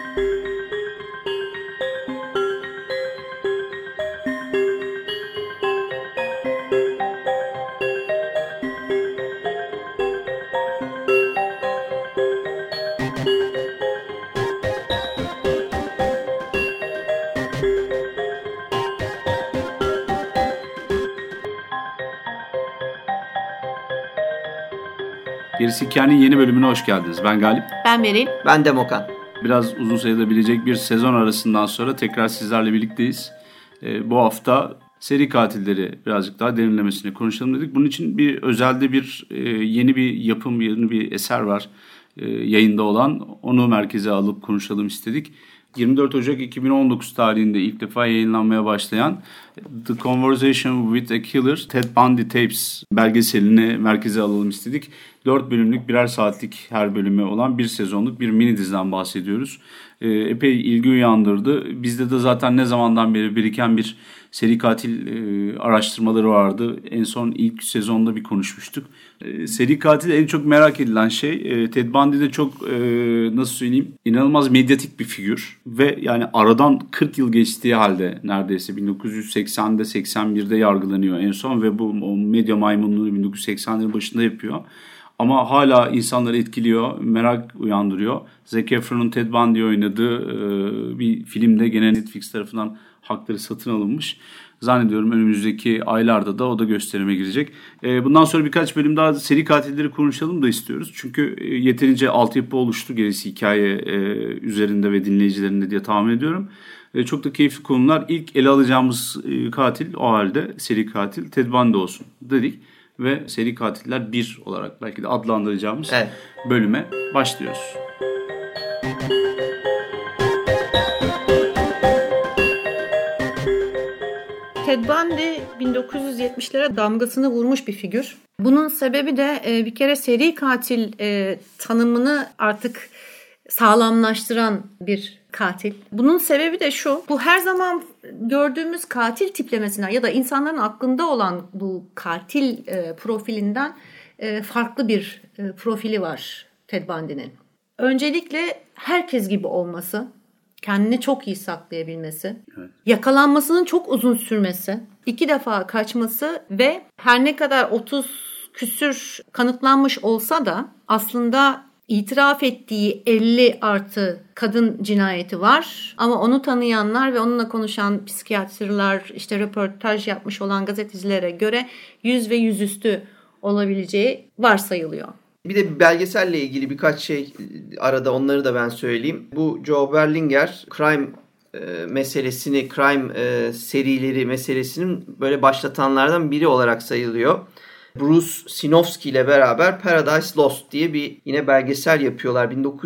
Gerisi Hikayenin yeni bölümüne hoş geldiniz. Ben Galip. Ben Beril. Ben Demokan. Biraz uzun sayılabilecek bir sezon arasından sonra tekrar sizlerle birlikteyiz. Bu hafta seri katilleri birazcık daha derinlemesine konuşalım dedik. Bunun için bir özelde yeni bir yapım, yeni bir eser var yayında olan. Onu merkeze alıp konuşalım istedik. 24 Ocak 2019 tarihinde ilk defa yayınlanmaya başlayan The Conversation with a Killer, Ted Bundy Tapes belgeselini merkeze alalım istedik. 4 bölümlük, birer saatlik her bölümü olan bir sezonluk bir mini diziden bahsediyoruz. Epey ilgi uyandırdı. Bizde de zaten ne zamandan beri biriken bir seri katil araştırmaları vardı. En son ilk sezonda bir konuşmuştuk. Seri katil en çok merak edilen şey. Ted Bundy de çok nasıl söyleyeyim, inanılmaz medyatik bir figür. Ve yani aradan 40 yıl geçtiği halde neredeyse 1980'de 81'de yargılanıyor en son ve bu medya maymunluğunu 1980'lerin başında yapıyor. Ama hala insanları etkiliyor, merak uyandırıyor. Zac Efron'un Ted Bundy'yi oynadığı bir filmde gene Netflix tarafından hakları satın alınmış. Zannediyorum önümüzdeki aylarda da o da gösterime girecek. Bundan sonra birkaç bölüm daha seri katilleri konuşalım da istiyoruz. Çünkü yeterince altyapı oluştu gerisi hikaye üzerinde ve dinleyicilerinde diye tahmin ediyorum. Çok da keyifli konular. İlk ele alacağımız katil o halde seri katil Ted Bundy olsun dedik. Ve seri katiller 1 olarak belki de adlandıracağımız bölüme başlıyoruz. Ted Bundy 1970'lere damgasını vurmuş bir figür. Bunun sebebi de bir kere seri katil tanımını artık sağlamlaştıran bir katil. Bunun sebebi de şu: bu her zaman gördüğümüz katil tiplemesinden ya da insanların aklında olan bu katil profilinden farklı bir profili var Ted Bundy'nin. Öncelikle herkes gibi olması, kendini çok iyi saklayabilmesi, evet, yakalanmasının çok uzun sürmesi, 2 defa kaçması ve her ne kadar 30 küsür kanıtlanmış olsa da aslında İtiraf ettiği 50 artı kadın cinayeti var. Ama onu tanıyanlar ve onunla konuşan psikiyatrlar, işte röportaj yapmış olan gazetecilere göre 100 ve 100 üstü olabileceği varsayılıyor. Bir de bir belgeselle ilgili birkaç şey arada, onları da ben söyleyeyim. Bu Joe Berlinger crime meselesini, serileri meselesinin böyle başlatanlardan biri olarak sayılıyor. Bruce Sinofsky ile beraber Paradise Lost diye bir yine belgesel yapıyorlar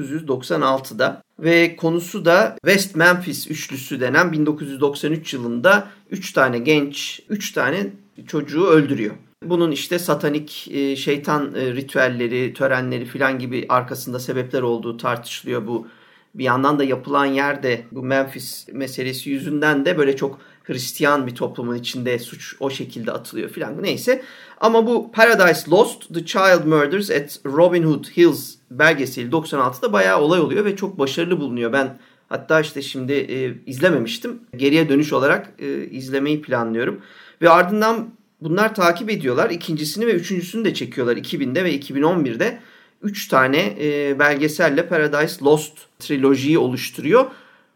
1996'da. Ve konusu da West Memphis üçlüsü denen 1993 yılında 3 tane genç, 3 tane çocuğu öldürüyor. Bunun işte satanik şeytan ritüelleri, törenleri filan gibi arkasında sebepler olduğu tartışılıyor. Bu bir yandan da yapılan yerde bu Memphis meselesi yüzünden de böyle çok Hristiyan bir toplumun içinde suç o şekilde atılıyor filan, neyse. Ama bu Paradise Lost, The Child Murders at Robin Hood Hills belgeseli 96'da bayağı olay oluyor ve çok başarılı bulunuyor. Ben hatta işte şimdi izlememiştim. Geriye dönüş olarak izlemeyi planlıyorum. Ve ardından bunlar takip ediyorlar. İkincisini ve üçüncüsünü de çekiyorlar 2000'de ve 2011'de. 3 tane belgeselle Paradise Lost trilojiyi oluşturuyor.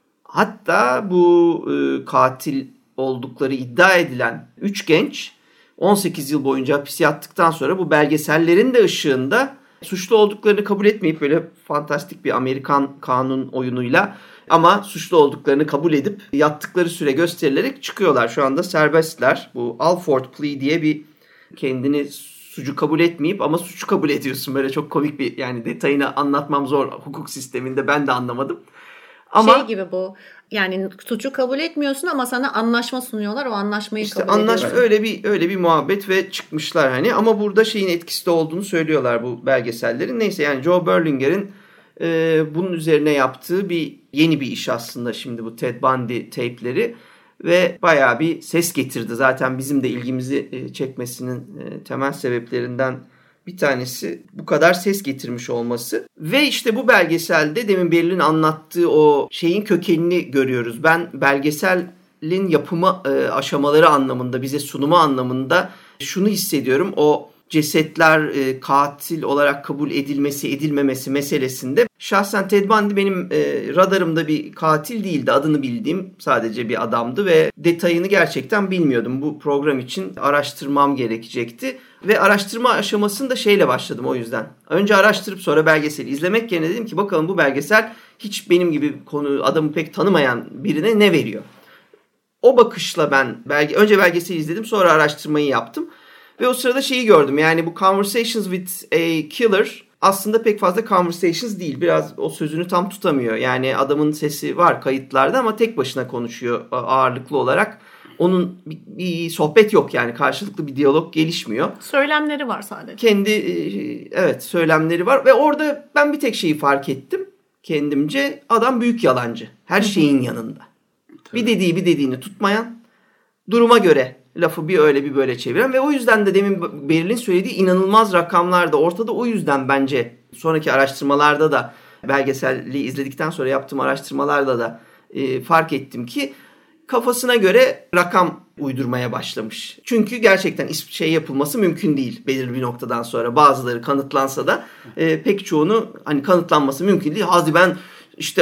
Hatta bu katil oldukları iddia edilen 3 genç 18 yıl boyunca hapis yattıktan sonra bu belgesellerin de ışığında suçlu olduklarını kabul etmeyip böyle fantastik bir Amerikan kanun oyunuyla ama suçlu olduklarını kabul edip yattıkları süre gösterilerek çıkıyorlar. Şu anda serbestler. Bu Alford Plea diye bir kendini suçu kabul etmeyip ama suçu kabul ediyorsun. Böyle çok komik bir, yani detayını anlatmam zor hukuk sisteminde, ben de anlamadım. Ama şey gibi bu, yani suçu kabul etmiyorsun ama sana anlaşma sunuyorlar, o anlaşmayı işte kabul ediyorlar. Öyle bir muhabbet ve çıkmışlar hani, ama burada şeyin etkisi de olduğunu söylüyorlar bu belgesellerin. Neyse, yani Joe Berlinger'in bunun üzerine yaptığı yeni bir iş aslında şimdi bu Ted Bundy tape'leri ve bayağı bir ses getirdi. Zaten bizim de ilgimizi çekmesinin temel sebeplerinden bir tanesi bu kadar ses getirmiş olması. Ve işte bu belgeselde demin Beril'in anlattığı o şeyin kökenini görüyoruz. Ben belgeselin yapımı aşamaları anlamında, bize sunumu anlamında şunu hissediyorum. O cesetler katil olarak kabul edilmesi edilmemesi meselesinde şahsen Ted Bundy benim radarımda bir katil değildi. Adını bildiğim sadece bir adamdı ve detayını gerçekten bilmiyordum. Bu program için araştırmam gerekecekti ve araştırma aşamasında şeyle başladım o yüzden. Önce araştırıp sonra belgeseli izlemek yerine dedim ki bakalım bu belgesel hiç benim gibi adamı pek tanımayan birine ne veriyor? O bakışla ben önce belgeseli izledim, sonra araştırmayı yaptım. Ve o sırada şeyi gördüm. Yani bu Conversations with a Killer aslında pek fazla conversations değil. Biraz o sözünü tam tutamıyor. Yani adamın sesi var kayıtlarda ama tek başına konuşuyor ağırlıklı olarak. Onun bir sohbet yok yani. Karşılıklı bir diyalog gelişmiyor. Söylemleri var sadece. Evet, söylemleri var. Ve orada ben bir tek şeyi fark ettim kendimce. Adam büyük yalancı. Her şeyin yanında. Tabii. Bir dediğini tutmayan, duruma göre lafı bir öyle bir böyle çeviren ve o yüzden de demin Beril'in söylediği inanılmaz rakamlar da ortada. O yüzden bence sonraki araştırmalarda da belgeseli izledikten sonra yaptığım araştırmalarda da fark ettim ki kafasına göre rakam uydurmaya başlamış. Çünkü gerçekten şey yapılması mümkün değil belirli bir noktadan sonra. Bazıları kanıtlansa da pek çoğunu hani kanıtlanması mümkün değil. Hadi ben İşte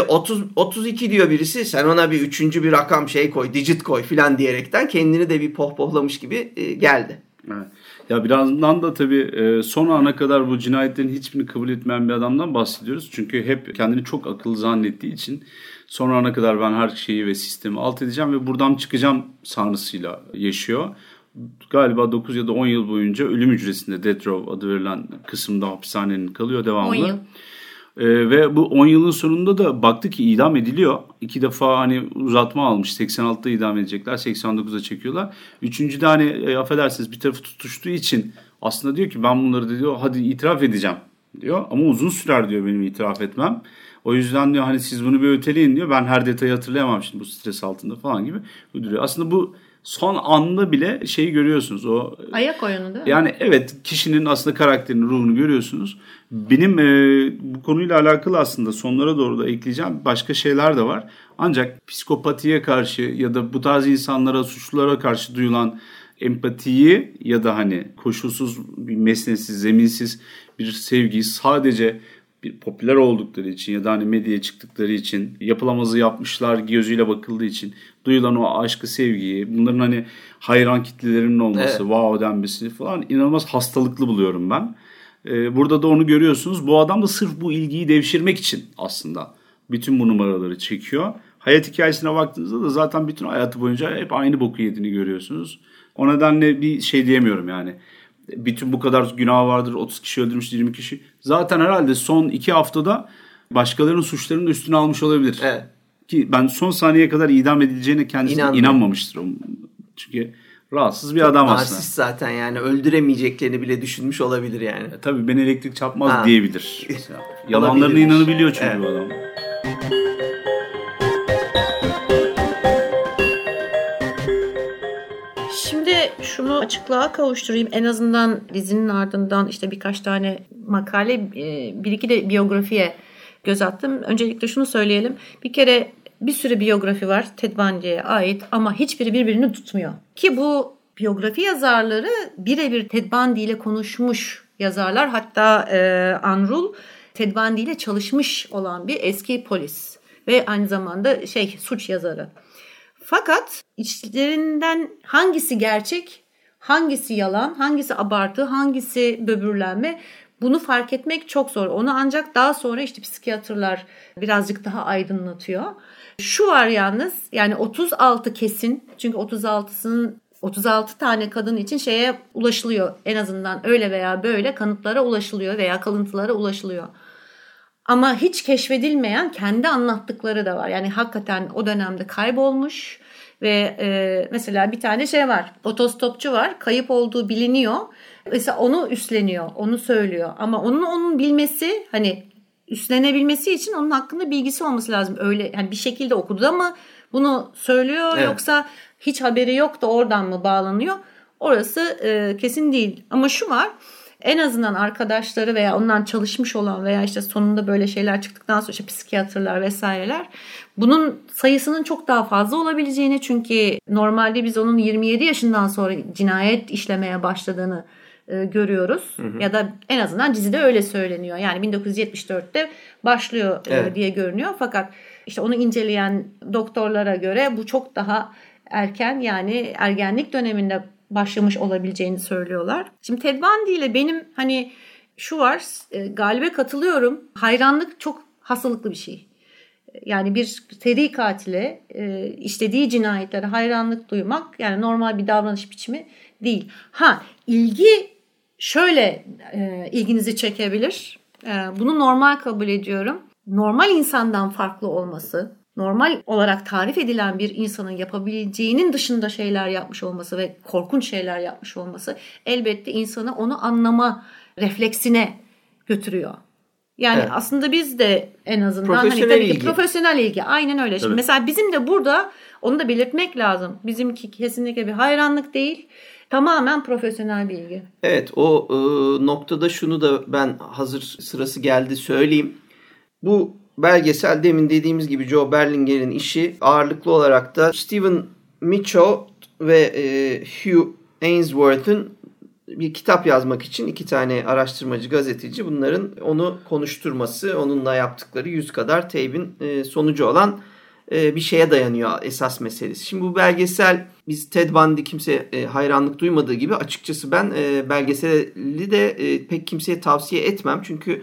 32 diyor birisi, sen ona bir üçüncü bir rakam koy, digit koy filan diyerekten kendini de bir pohpohlamış gibi geldi. Evet. Ya birazdan da tabii son ana kadar bu cinayetlerin hiçbirini kabul etmeyen bir adamdan bahsediyoruz. Çünkü hep kendini çok akıllı zannettiği için son ana kadar ben her şeyi ve sistemi alt edeceğim ve buradan çıkacağım sanrısıyla yaşıyor. Galiba 9 ya da 10 yıl boyunca ölüm hücresinde, Death Row adı verilen kısımda hapishanenin kalıyor devamlı. 10 yıl. Ve bu 10 yılın sonunda da baktı ki idam ediliyor. 2 defa hani uzatma almış. 86'da idam edecekler. 89'da çekiyorlar. Üçüncüde hani affedersiniz bir tarafı tutuştuğu için aslında diyor ki ben bunları diyor hadi itiraf edeceğim diyor. Ama uzun sürer diyor benim itiraf etmem. O yüzden diyor hani siz bunu bir öteleyin diyor. Ben her detayı hatırlayamam şimdi bu stres altında falan gibi. Ödülüyor. Aslında bu son anda bile şeyi görüyorsunuz. O ayak oyunu değil mi? Yani evet, kişinin aslında karakterinin ruhunu görüyorsunuz. Benim bu konuyla alakalı aslında sonlara doğru da ekleyeceğim başka şeyler de var. Ancak psikopatiye karşı ya da bu tarz insanlara, suçlulara karşı duyulan empatiyi ya da hani koşulsuz bir mesnetsiz, zeminsiz bir sevgiyi sadece bir popüler oldukları için ya da hani medyaya çıktıkları için, yapılamazı yapmışlar gözüyle bakıldığı için duyulan o aşkı, sevgiyi, bunların hani hayran kitlelerinin olması, wow denmesi falan inanılmaz hastalıklı buluyorum ben. Burada da onu görüyorsunuz. Bu adam da sırf bu ilgiyi devşirmek için aslında bütün bu numaraları çekiyor. Hayat hikayesine baktığınızda da zaten bütün hayatı boyunca hep aynı boku yediğini görüyorsunuz. O nedenle bir şey diyemiyorum yani. Bütün bu kadar günah vardır, 30 kişi öldürmüş, 20 kişi. Zaten herhalde son 2 haftada başkalarının suçlarının üstüne almış olabilir. Evet. Ki ben son saniyeye kadar idam edileceğine kendisi inanmamıştır. Çünkü rahatsız bir adam aslında. Narsist zaten yani öldüremeyeceklerini bile düşünmüş olabilir yani. Tabii beni elektrik çarpmaz diyebilir. Yalanlarına inanabiliyor çünkü bu adam. Şimdi şunu açıklığa kavuşturayım. En azından dizinin ardından işte birkaç tane makale, bir iki de biyografiye göz attım. Öncelikle şunu söyleyelim. Bir kere bir sürü biyografi var Ted Bundy'ye ait ama hiçbiri birbirini tutmuyor. Ki bu biyografi yazarları birebir Ted Bundy ile konuşmuş yazarlar. Hatta Unruh Ted Bundy ile çalışmış olan bir eski polis ve aynı zamanda suç yazarı. Fakat içlerinden hangisi gerçek, hangisi yalan, hangisi abartı, hangisi böbürlenme, bunu fark etmek çok zor. Onu ancak daha sonra işte psikiyatrlar birazcık daha aydınlatıyor. Şu var yalnız, yani 36 kesin, çünkü 36 tane kadın için şeye ulaşılıyor. En azından öyle veya böyle kanıtlara ulaşılıyor veya kalıntılara ulaşılıyor. Ama hiç keşfedilmeyen kendi anlattıkları da var. Yani hakikaten o dönemde kaybolmuş ve mesela bir tane var. Otostopçu var. Kayıp olduğu biliniyor. Mesela onu üstleniyor. Onu söylüyor. Ama onun bilmesi, hani üstlenebilmesi için onun hakkında bilgisi olması lazım. Öyle yani bir şekilde okudu da mı bunu söylüyor, yoksa hiç haberi yok da oradan mı bağlanıyor? Orası kesin değil. Ama şu var. en azından arkadaşları veya ondan çalışmış olan veya işte sonunda böyle şeyler çıktıktan sonra işte psikiyatrlar vesaireler bunun sayısının çok daha fazla olabileceğini, çünkü normalde biz onun 27 yaşından sonra cinayet işlemeye başladığını görüyoruz. Ya da en azından dizide öyle söyleniyor. Yani 1974'te başlıyor diye görünüyor. Fakat işte onu inceleyen doktorlara göre bu çok daha erken, yani ergenlik döneminde başlamış olabileceğini söylüyorlar. Şimdi Ted Bundy ile benim hani şu var, Galip'e katılıyorum. Hayranlık çok hastalıklı bir şey. Yani bir seri katile işlediği cinayetlere hayranlık duymak yani normal bir davranış biçimi değil. İlgi şöyle ilginizi çekebilir. Bunu normal kabul ediyorum. Normal insandan farklı olması, normal olarak tarif edilen bir insanın yapabileceğinin dışında şeyler yapmış olması ve korkunç şeyler yapmış olması elbette insanı onu anlama refleksine götürüyor. Yani aslında biz de en azından profesyonel ilgi. Aynen öyle. Şimdi mesela bizim de burada onu da belirtmek lazım. Bizimki kesinlikle bir hayranlık değil. Tamamen profesyonel bir ilgi. Evet, o noktada şunu da ben hazır sırası geldi söyleyeyim. Bu belgesel demin dediğimiz gibi Joe Berlinger'in işi ağırlıklı olarak da Stephen Mitchell ve Hugh Ainsworth'un bir kitap yazmak için 2 tane araştırmacı, gazeteci bunların onu konuşturması, onunla yaptıkları 100 kadar teybin sonucu olan bir şeye dayanıyor esas meselesi. Şimdi bu belgesel, biz Ted Bundy kimse hayranlık duymadığı gibi açıkçası ben belgeseli de pek kimseye tavsiye etmem. Çünkü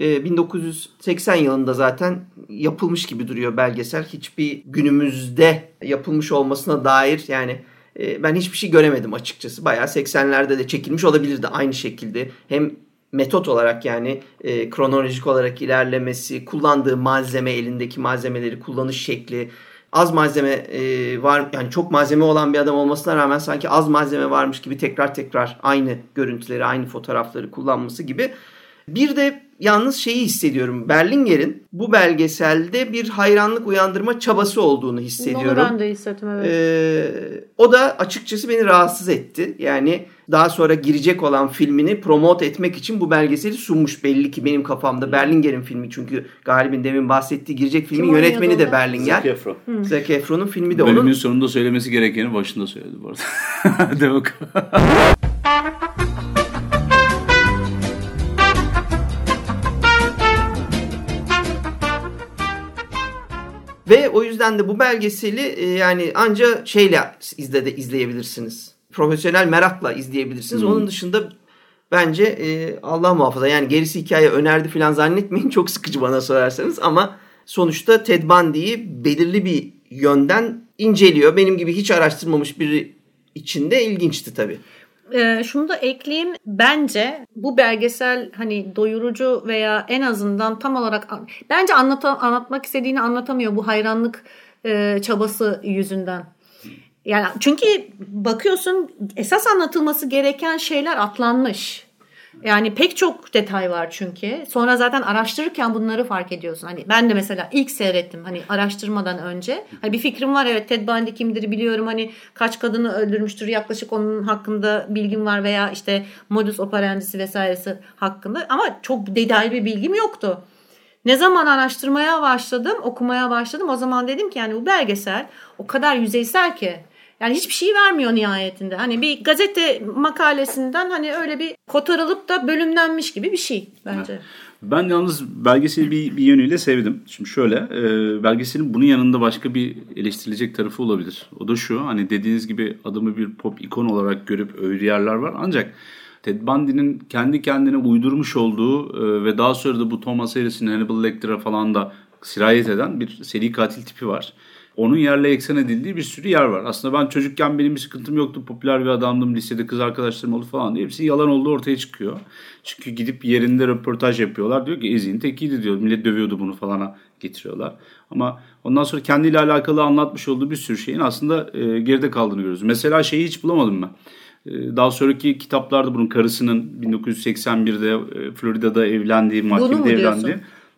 1980 yılında zaten yapılmış gibi duruyor belgesel. Hiçbir günümüzde yapılmış olmasına dair yani ben hiçbir şey göremedim açıkçası. Bayağı 80'lerde de çekilmiş olabilirdi aynı şekilde. Hem metot olarak yani kronolojik olarak ilerlemesi, kullandığı malzeme, elindeki malzemeleri kullanış şekli, az malzeme var yani çok malzeme olan bir adam olmasına rağmen sanki az malzeme varmış gibi tekrar aynı görüntüleri, aynı fotoğrafları kullanması gibi. Bir de yalnız şeyi hissediyorum. Berlinger'in bu belgeselde bir hayranlık uyandırma çabası olduğunu hissediyorum. Onu ben de hissettim, evet. O da açıkçası beni rahatsız etti. Yani daha sonra girecek olan filmini promote etmek için bu belgeseli sunmuş belli ki benim kafamda. Berlinger'in filmi çünkü Galip'in demin bahsettiği girecek filmin yönetmeni de Berlinger. Zac Efron'un filmi de onun. Bölümün sonunda söylemesi gerekeni başında söyledi bu arada. Hadi bakalım. Ve o yüzden de bu belgeseli yani anca izleyebilirsiniz. Profesyonel merakla izleyebilirsiniz. Onun dışında bence Allah muhafaza yani gerisi hikaye önerdi falan zannetmeyin. Çok sıkıcı bana sorarsanız ama sonuçta Ted Bundy'yi belirli bir yönden inceliyor. Benim gibi hiç araştırmamış biri için de ilginçti tabii. Şunu da ekleyeyim. Bence bu belgesel hani doyurucu veya en azından tam olarak bence anlatmak istediğini anlatamıyor bu hayranlık çabası yüzünden. Yani çünkü bakıyorsun esas anlatılması gereken şeyler atlanmış. Yani pek çok detay var çünkü. Sonra zaten araştırırken bunları fark ediyorsun. Hani ben de mesela ilk seyrettim hani araştırmadan önce. Hani bir fikrim var, evet, Ted Bundy kimdir biliyorum. Hani kaç kadını öldürmüştür yaklaşık onun hakkında bilgim var veya işte modus operandi'si vesairesi hakkında. Ama çok detaylı bir bilgim yoktu. Ne zaman araştırmaya başladım, okumaya başladım o zaman dedim ki yani bu belgesel o kadar yüzeysel ki. Yani hiçbir şey vermiyor nihayetinde. Hani bir gazete makalesinden hani öyle bir kotarılıp da bölümlenmiş gibi bir şey bence. Ben yalnız belgeseli bir yönüyle sevdim. Şimdi şöyle, belgeselin bunun yanında başka bir eleştirilecek tarafı olabilir. O da şu, hani dediğiniz gibi adamı bir pop ikon olarak görüp övdüğü yerler var. Ancak Ted Bundy'nin kendi kendine uydurmuş olduğu ve daha sonra da bu Thomas Harris'in Hannibal Lecter'a falan da sirayet eden bir seri katil tipi var. Onun yerle eksen edildiği bir sürü yer var. Aslında ben çocukken benim bir sıkıntım yoktu. Popüler bir adamdım. Lisede kız arkadaşlarım oldu falan diye. Hepsi yalan olduğu ortaya çıkıyor. Çünkü gidip yerinde röportaj yapıyorlar. Diyor ki Ezi'nin tekiydi diyor. Millet dövüyordu bunu falana getiriyorlar. Ama ondan sonra kendiyle alakalı anlatmış olduğu bir sürü şeyin aslında geride kaldığını görüyoruz. Mesela şeyi hiç bulamadım ben. Daha sonraki kitaplarda bunun karısının 1981'de Florida'da evlendiği, mahkemede evlendiği.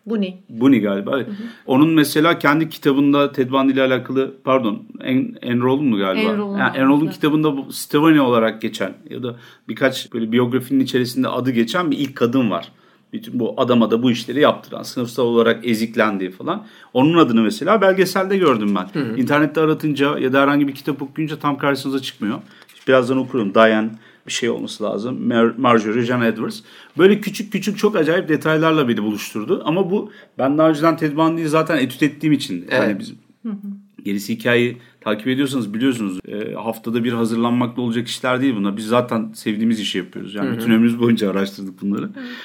Bunny galiba. Hı hı. Onun mesela kendi kitabında Ted Bundy ile alakalı Enroll'un mu galiba? Enroll'un kitabında bu Stephanie olarak geçen ya da birkaç böyle biyografinin içerisinde adı geçen bir ilk kadın var. Bütün bu adama da bu işleri yaptıran, sınıfsal olarak eziklendiği falan. Onun adını mesela belgeselde gördüm ben. Hı hı. İnternette aratınca ya da herhangi bir kitap okuyunca tam karşınıza çıkmıyor. Birazdan okurum. Diane bir şey olması lazım. Marjorie Jean Edwards. Böyle küçük küçük çok acayip detaylarla beni buluşturdu. Ama bu ben daha önceden Ted Bundy'yi zaten etüt ettiğim için. Evet. Yani bizim gerisi hikayeyi takip ediyorsanız biliyorsunuz. Haftada bir hazırlanmakla olacak işler değil bunlar. Biz zaten sevdiğimiz işi yapıyoruz. Yani bütün ömrümüz boyunca araştırdık bunları.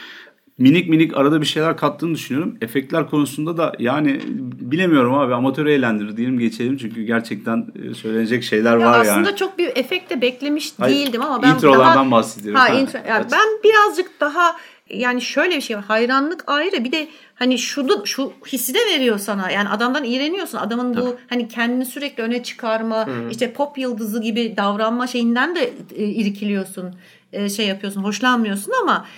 Minik minik arada bir şeyler kattığını düşünüyorum. Efektler konusunda da yani bilemiyorum abi, amatör eğlendirir diyelim geçelim. Çünkü gerçekten söylenecek şeyler var aslında yani. Aslında çok bir efekt de beklemiş değildim ama ben introlardan bahsediyorum. Ben birazcık daha yani şöyle bir şey var. Hayranlık ayrı, bir de hani şu hissi de veriyor sana. Yani adamdan iğreniyorsun. Adamın bu hani kendini sürekli öne çıkarma, işte pop yıldızı gibi davranma şeyinden de irkiliyorsun. Şey yapıyorsun, hoşlanmıyorsun ama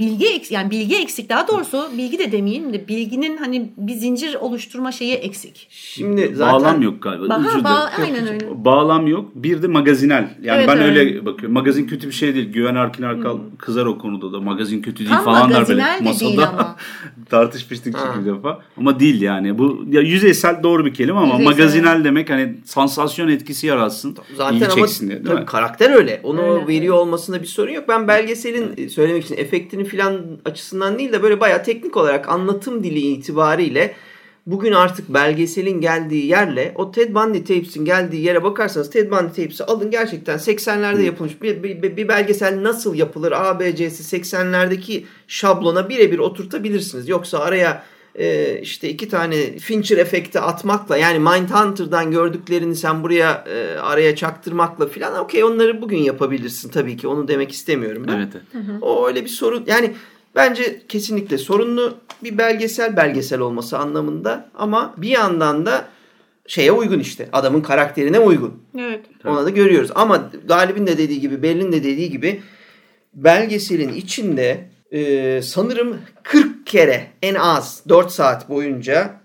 bilgi eksik, daha doğrusu bilgi de demeyeyim de bilginin hani bir zincir oluşturma şeyi eksik. Şimdi zaten bağlam yok galiba. Aynen öyle. Bağlam yok. Bir de magazinel. Yani evet, ben öyle bakıyorum. Magazin kötü bir şey değil. Güven Arkin Arkal kızar o konuda da. Magazin kötü değil tam falan der böyle masada. Tartışmıştık çünkü bir defa. Ama değil yani. Bu ya yüzeysel doğru bir kelime ama magazinel demek hani sansasyon etkisi yaratsın. Zaten ilgi çeksin diye, değil mi? Karakter öyle. Onu veriyor olmasında bir sorun yok. Ben belgeselin söylemek için efektini filan açısından değil de böyle bayağı teknik olarak anlatım dili itibariyle bugün artık belgeselin geldiği yerle o Ted Bundy Tapes'in geldiği yere bakarsanız, Ted Bundy Tapes'i alın, gerçekten 80'lerde yapılmış bir belgesel nasıl yapılır ABC'si 80'lerdeki şablona birebir oturtabilirsiniz. Yoksa araya işte 2 tane Fincher efekti atmakla, yani Mindhunter'dan gördüklerini sen buraya araya çaktırmakla filan, okey, onları bugün yapabilirsin tabii ki, onu demek istemiyorum ben. Evet. O öyle bir sorun, yani bence kesinlikle sorunlu bir belgesel olması anlamında, ama bir yandan da şeye uygun, işte adamın karakterine uygun. Evet. Ona da görüyoruz ama Galip'in de dediği gibi, Berlin'in de dediği gibi belgeselin içinde sanırım 40 kere en az 4 saat boyunca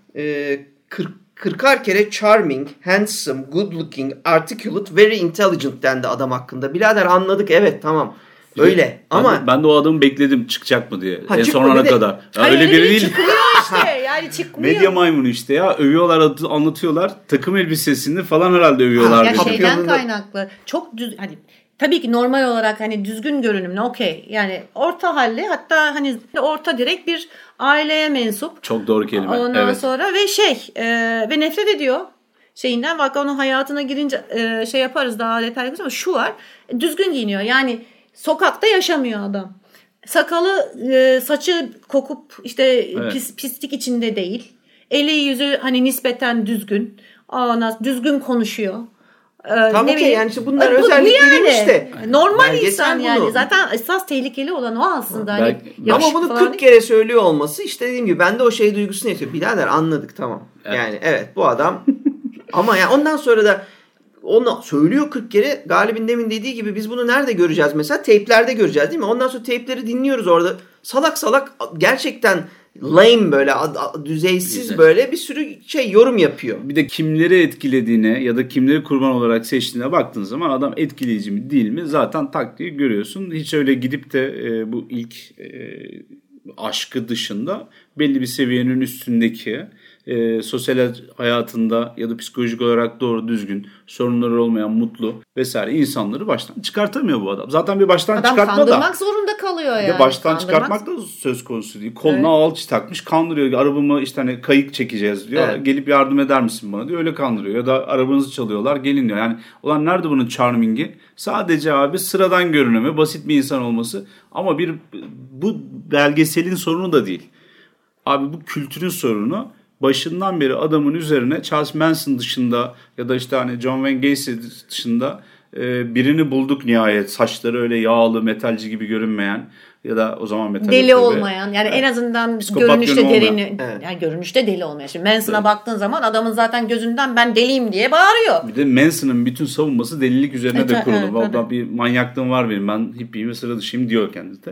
40'ar kere charming, handsome, good looking, articulate, very intelligent dendi adam hakkında. Birader anladık, evet tamam öyle ama ben de o adamı bekledim çıkacak mı diye en sonuna kadar. Öyle biri değil. Çıkmıyor işte, yani çıkmıyor. Medya maymunu işte ya, övüyorlar, anlatıyorlar, takım elbisesini falan herhalde övüyorlar. Ya şeyden kaynaklı çok hani tabii ki normal olarak hani düzgün görünümlü, okey. Yani orta halli, hatta hani orta direkt bir aileye mensup. Çok doğru kelime. Ondan sonra ve ve nefret ediyor şeyinden. Bak onun hayatına girince şey yaparız daha detaylı, ama şu var. Düzgün giyiniyor. Yani sokakta yaşamıyor adam. Sakalı, saçı kokup işte pislik içinde değil. Eli yüzü hani nispeten düzgün. Düzgün konuşuyor. Tam okey, yani işte bunlar özellikleri yani. İşte. Normal insan yani. Bunu. Zaten esas tehlikeli olan o aslında. Hani ama bunu 40 kere söylüyor olması, işte dediğim gibi bende o şey duygusunu yatıyor. Birader anladık, tamam. Evet. Yani evet bu adam ama yani ondan sonra da onu söylüyor 40 kere. Galip'in demin dediği gibi biz bunu nerede göreceğiz mesela? Teyplerde göreceğiz değil mi? Ondan sonra teypleri dinliyoruz orada. Salak salak, gerçekten lame, böyle düzeysiz güzel, böyle bir sürü yorum yapıyor. Bir de kimleri etkilediğine ya da kimleri kurban olarak seçtiğine baktığın zaman adam etkileyici mi değil mi zaten tak diye görüyorsun. Hiç öyle gidip de bu ilk aşkı dışında belli bir seviyenin üstündeki sosyal hayatında ya da psikolojik olarak doğru düzgün, sorunları olmayan, mutlu vesaire insanları baştan çıkartamıyor bu adam. Zaten bir baştan adam çıkartma da. Adam kandırmak zorunda kalıyor yani. Baştan çıkartmak da söz konusu değil. Koluna alçı takmış, kandırıyor. Arabamı işte hani kayık çekeceğiz diyor. Evet. Gelip yardım eder misin bana diyor. Öyle kandırıyor. Ya da arabanızı çalıyorlar, gelin diyor. Yani ulan nerede bunun charming'i? Sadece abi sıradan görünümü, basit bir insan olması. Ama bu belgeselin sorunu da değil. Abi bu kültürün sorunu. Başından beri adamın üzerine Charles Manson dışında ya da işte hani John Wayne Gacy dışında birini bulduk nihayet. Saçları öyle yağlı, metalci gibi görünmeyen ya da o zaman metal deli olmayan, yani en azından görünüşte yani görünüşte deli olmayan. Şimdi Manson'a baktığın zaman adamın zaten gözünden ben deliyim diye bağırıyor. Bir de Manson'ın bütün savunması delilik üzerine de kurulu. Vallahi bir manyaklığım var benim. Ben hippiyim ve sıra dışıyım diyor kendisi de.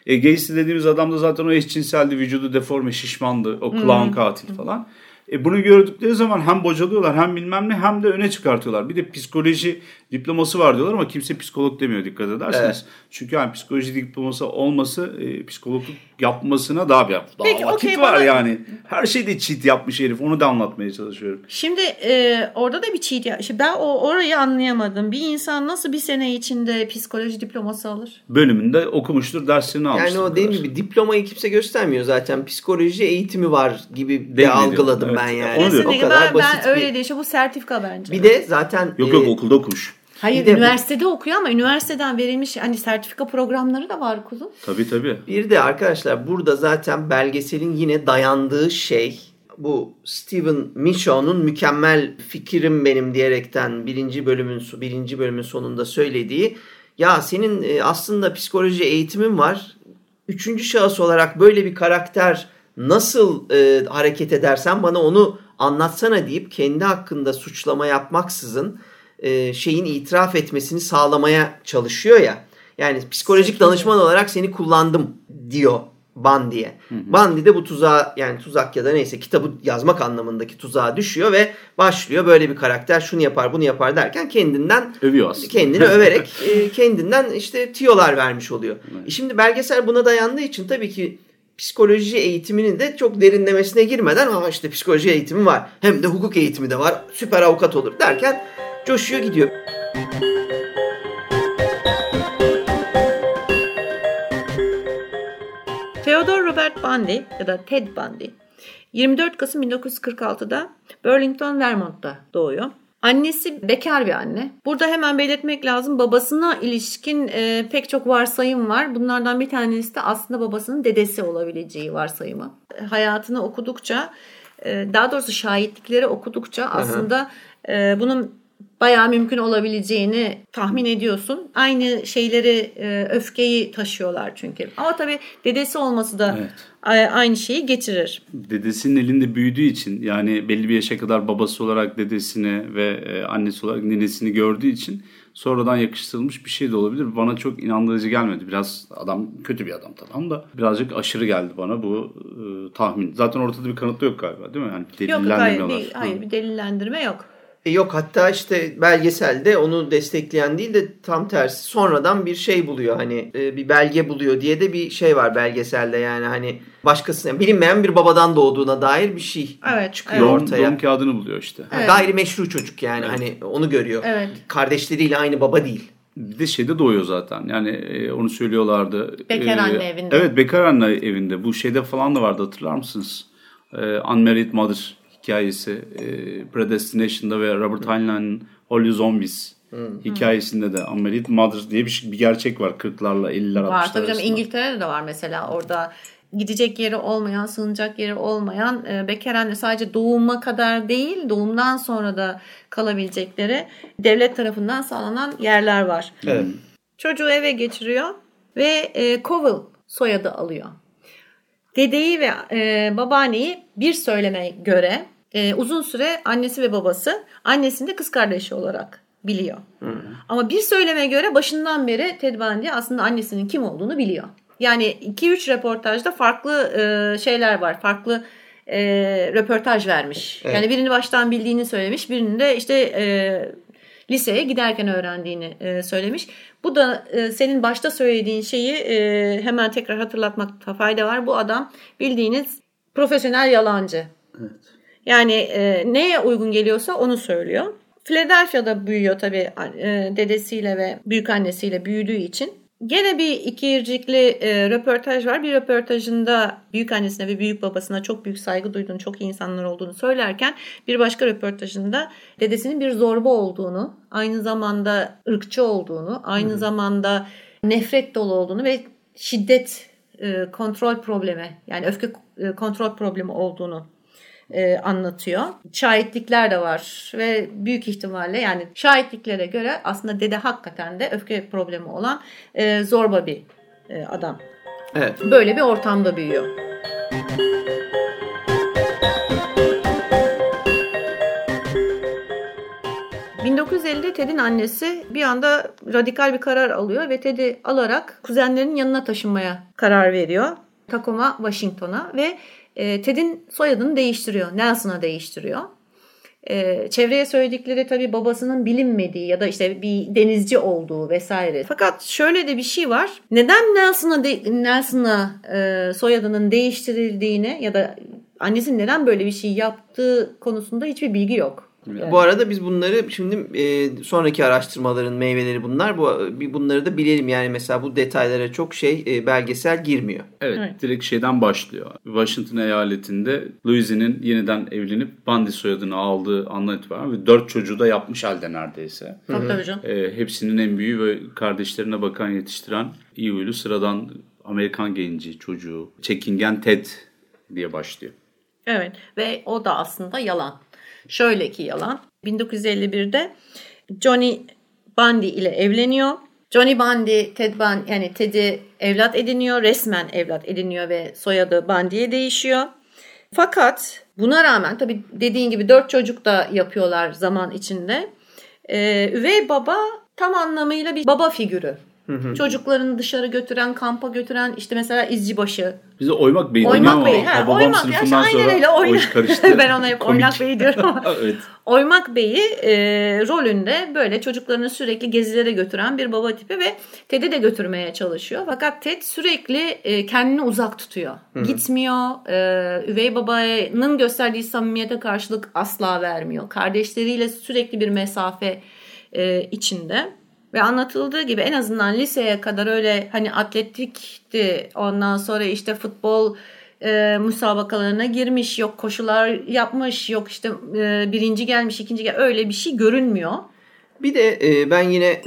Gacy dediğimiz adam da zaten o eşcinseldi, vücudu deforme, şişmandı, o clown katil falan. Bunu gördükleri zaman hem bocalıyorlar hem bilmem ne, hem de öne çıkartıyorlar. Bir de psikoloji diploması var diyorlar ama kimse psikolog demiyor, dikkat ederseniz. Evet. Çünkü yani psikoloji diploması olması psikologluk yapmasına daha vakit var yani. Her şeyde cheat yapmış herif, onu da anlatmaya çalışıyorum. Şimdi orada da bir cheat işte ben orayı anlayamadım. Bir insan nasıl bir sene içinde psikoloji diploması alır? Bölümünde okumuştur, derslerini almıştır. Yani o dediğim gibi diplomayı kimse göstermiyor zaten. Psikoloji eğitimi var gibi de algıladım ben yani. O kadar basit ben öyle değil. İşte bu sertifika bence. Bir de zaten yok okulda okumuş. Hayır, üniversitede okuyor ama üniversiteden verilmiş hani sertifika programları da var kuzum. Tabii. Bir de arkadaşlar burada zaten belgeselin yine dayandığı şey bu Steven Michaud'un mükemmel fikrim benim diyerekten birinci bölümün sonunda söylediği, ya senin aslında psikoloji eğitimin var. Üçüncü şahıs olarak böyle bir karakter nasıl hareket edersen bana onu anlatsana deyip kendi hakkında suçlama yapmaksızın şeyin itiraf etmesini sağlamaya çalışıyor ya. Yani psikolojik danışman olarak seni kullandım diyor Bundy'ye. Bundy de bu tuzağa, yani tuzak ya da neyse kitabı yazmak anlamındaki tuzağa düşüyor ve başlıyor böyle bir karakter şunu yapar bunu yapar derken kendinden övüyor aslında. Kendini överek kendinden işte tiyolar vermiş oluyor. Şimdi belgesel buna dayandığı için tabii ki psikoloji eğitiminin de çok derinlemesine girmeden işte psikoloji eğitimi var. Hem de hukuk eğitimi de var. Süper avukat olur derken coşuyor gidiyor. Theodore Robert Bundy ya da Ted Bundy 24 Kasım 1946'da Burlington, Vermont'ta doğuyor. Annesi bekar bir anne. Burada hemen belirtmek lazım. Babasına ilişkin pek çok varsayım var. Bunlardan bir tanesi de aslında babasının dedesi olabileceği varsayımı. Hayatını okudukça, daha doğrusu şahitlikleri okudukça aslında bunun bayağı mümkün olabileceğini tahmin ediyorsun. Aynı şeyleri, öfkeyi taşıyorlar çünkü. Ama tabii dedesi olması da aynı şeyi getirir. Dedesinin elinde büyüdüğü için, yani belli bir yaşa kadar babası olarak dedesini ve annesi olarak ninesini gördüğü için sonradan yakıştırılmış bir şey de olabilir. Bana çok inandırıcı gelmedi. Biraz adam kötü bir adam tamam da birazcık aşırı geldi bana bu tahmin. Zaten ortada bir kanıt da yok galiba, değil mi? Yani Hayır, bir delillendirme yok. Yok, hatta işte belgeselde onu destekleyen değil de tam tersi sonradan bir şey buluyor, hani bir belge buluyor diye de bir şey var belgeselde, yani hani başkasına bilinmeyen bir babadan doğduğuna dair bir şey çıkıyor ortaya. Doğum kağıdını buluyor işte. Evet. Gayrimeşru çocuk yani hani onu görüyor. Evet. Kardeşleriyle aynı baba değil. Bir de şeyde doğuyor zaten. Yani onu söylüyorlardı. Bekar anne evinde. Evet, bekar anne evinde. Bu şeyde falan da vardı, hatırlar mısınız? Unmarried Mother hikayesi, Predestination'da ve Robert Heinlein'in Holy Zombies hikayesinde de Unmarried Mother diye bir gerçek var 40'larla 50'ler 60'lar var. Tabii canım, İngiltere'de de var mesela. Orada gidecek yeri olmayan, sığınacak yeri olmayan bekar anne, sadece doğuma kadar değil, doğumdan sonra da kalabilecekleri devlet tarafından sağlanan yerler var. Evet. Çocuğu eve getiriyor ve Covell soyadı alıyor. Dedeyi ve babaanneyi bir söyleme göre uzun süre annesi ve babası, annesini de kız kardeşi olarak biliyor. Ama bir söyleme göre başından beri Ted Bundy aslında annesinin kim olduğunu biliyor. Yani 2-3 röportajda farklı şeyler var. Farklı röportaj vermiş. Evet. Yani birini baştan bildiğini söylemiş. Birini de işte liseye giderken öğrendiğini söylemiş. Bu da senin başta söylediğin şeyi hemen tekrar hatırlatmakta fayda var. Bu adam bildiğiniz profesyonel yalancı. Evet. Yani neye uygun geliyorsa onu söylüyor. Philadelphia'da büyüyor tabii, dedesiyle ve büyükannesiyle büyüdüğü için. Gene bir ikircikli röportaj var. Bir röportajında büyükannesine ve büyük babasına çok büyük saygı duyduğunu, çok iyi insanlar olduğunu söylerken, bir başka röportajında dedesinin bir zorba olduğunu, aynı zamanda ırkçı olduğunu, aynı zamanda nefret dolu olduğunu ve şiddet kontrol problemi, yani öfke kontrol problemi olduğunu anlatıyor. Şahitlikler de var ve büyük ihtimalle, yani şahitliklere göre aslında dede hakikaten de öfke problemi olan zorba bir adam. Evet. Böyle bir ortamda büyüyor. ...1950'de Ted Ted'in annesi bir anda radikal bir karar alıyor ve Ted'i alarak kuzenlerinin yanına taşınmaya karar veriyor. Tacoma, Washington'a ve Ted'in soyadını değiştiriyor. Nelson'a değiştiriyor. Çevreye söyledikleri tabii babasının bilinmediği ya da işte bir denizci olduğu vesaire. Fakat şöyle de bir şey var. Neden Nelson'a soyadının değiştirildiğine ya da annesinin neden böyle bir şey yaptığı konusunda hiçbir bilgi yok. Yani. Bu arada biz bunları şimdi sonraki araştırmaların meyveleri bunlar. Bunları da bilelim. Yani mesela bu detaylara çok belgesel girmiyor. Evet, direkt şeyden başlıyor. Washington eyaletinde Louise'nin yeniden evlenip Bundy soyadını aldığı andan itibaren ve 4 çocuğu da yapmış halde neredeyse. Tabii canım. Hepsinin en büyüğü ve kardeşlerine bakan yetiştiren iyi huylu sıradan Amerikan genci çocuğu. Çekingen Ted diye başlıyor. Evet ve o da aslında yalan. Şöyle ki yalan. 1951'de Johnny Bundy ile evleniyor. Johnny Bundy, yani Ted'i evlat ediniyor. Resmen evlat ediniyor ve soyadı Bundy'ye değişiyor. Fakat buna rağmen tabii dediğin gibi 4 çocuk da yapıyorlar zaman içinde. Üvey baba tam anlamıyla bir baba figürü. Çocuklarını dışarı götüren, kampa götüren, işte mesela izcibaşı. Bize Oymak Bey diyor ama babam sınıfından sonra o iş karıştı. Ben ona hep Oymak Bey diyorum ama. Evet. Oymak Bey'i rolünde böyle çocuklarını sürekli gezilere götüren bir baba tipi ve Ted'i de götürmeye çalışıyor. Fakat Ted sürekli kendini uzak tutuyor. Gitmiyor. Üvey babanın gösterdiği samimiyete karşılık asla vermiyor. Kardeşleriyle sürekli bir mesafe içinde. Ve anlatıldığı gibi en azından liseye kadar öyle hani atletikti, ondan sonra işte futbol müsabakalarına girmiş, yok koşular yapmış, yok işte birinci gelmiş, ikinci gelmiş, öyle bir şey görünmüyor. Bir de ben yine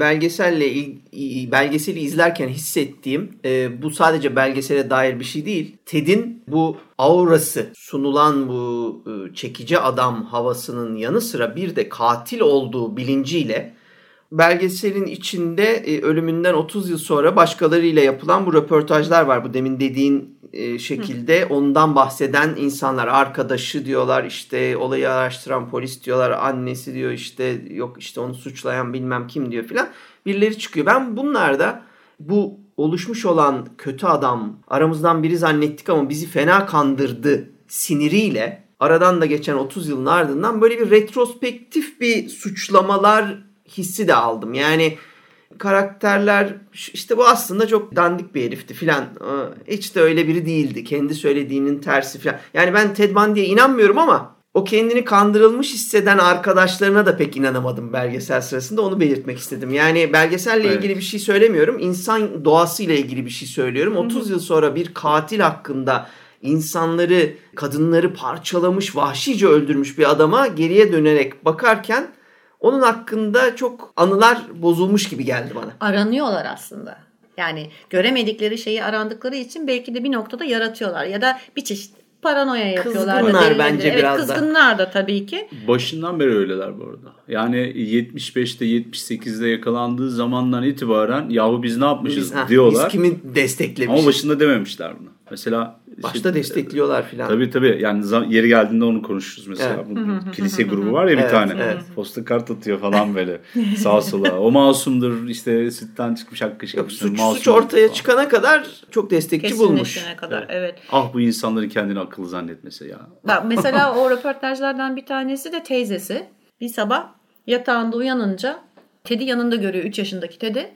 belgeseli izlerken hissettiğim, bu sadece belgesele dair bir şey değil. Ted'in bu aurası, sunulan bu çekici adam havasının yanı sıra bir de katil olduğu bilinciyle belgeselin içinde ölümünden 30 yıl sonra başkalarıyla yapılan bu röportajlar var. Bu demin dediğin şekilde ondan bahseden insanlar, arkadaşı diyorlar, işte olayı araştıran polis diyorlar, annesi diyor, işte yok işte onu suçlayan bilmem kim diyor filan. Birileri çıkıyor. Ben bunlarda bu oluşmuş olan kötü adam, aramızdan biri zannettik ama bizi fena kandırdı siniriyle aradan da geçen 30 yılın ardından böyle bir retrospektif bir suçlamalar hissi de aldım. Yani karakterler işte bu aslında çok dandik bir herifti filan. Hiç de öyle biri değildi. Kendi söylediğinin tersi filan. Yani ben Ted Bundy'ye inanmıyorum ama o kendini kandırılmış hisseden arkadaşlarına da pek inanamadım belgesel sırasında. Onu belirtmek istedim. Yani belgeselle ilgili bir şey söylemiyorum. İnsan doğasıyla ilgili bir şey söylüyorum. 30 yıl sonra bir katil hakkında insanları, kadınları parçalamış, vahşice öldürmüş bir adama geriye dönerek bakarken onun hakkında çok anılar bozulmuş gibi geldi bana. Aranıyorlar aslında. Yani göremedikleri şeyi arandıkları için belki de bir noktada yaratıyorlar. Ya da bir çeşit paranoya yapıyorlar. Kızgınlar bence biraz da. Kızgınlar da tabii ki. Başından beri öyleler bu arada. Yani 75'te 78'de yakalandığı zamandan itibaren yahu biz ne yapmışız diyorlar. Biz kimi desteklemişiz. Ama başında dememişler bunu. Mesela başta destekliyorlar filan. Tabii. Yani yeri geldiğinde onu konuşuruz mesela. Evet. Bu kilise grubu var ya bir tane. Evet. Posta kart atıyor falan böyle. Sağa sola. O masumdur işte sütten çıkmış hakkı şey. Suç ortaya falan çıkana kadar çok destekçi bulmuş. Kadar, evet. Ah bu insanların kendini akıllı zannetmesi ya. Bak, mesela o röportajlardan bir tanesi de teyzesi. Bir sabah yatağında uyanınca Ted'i yanında görüyor. 3 yaşındaki Ted'i.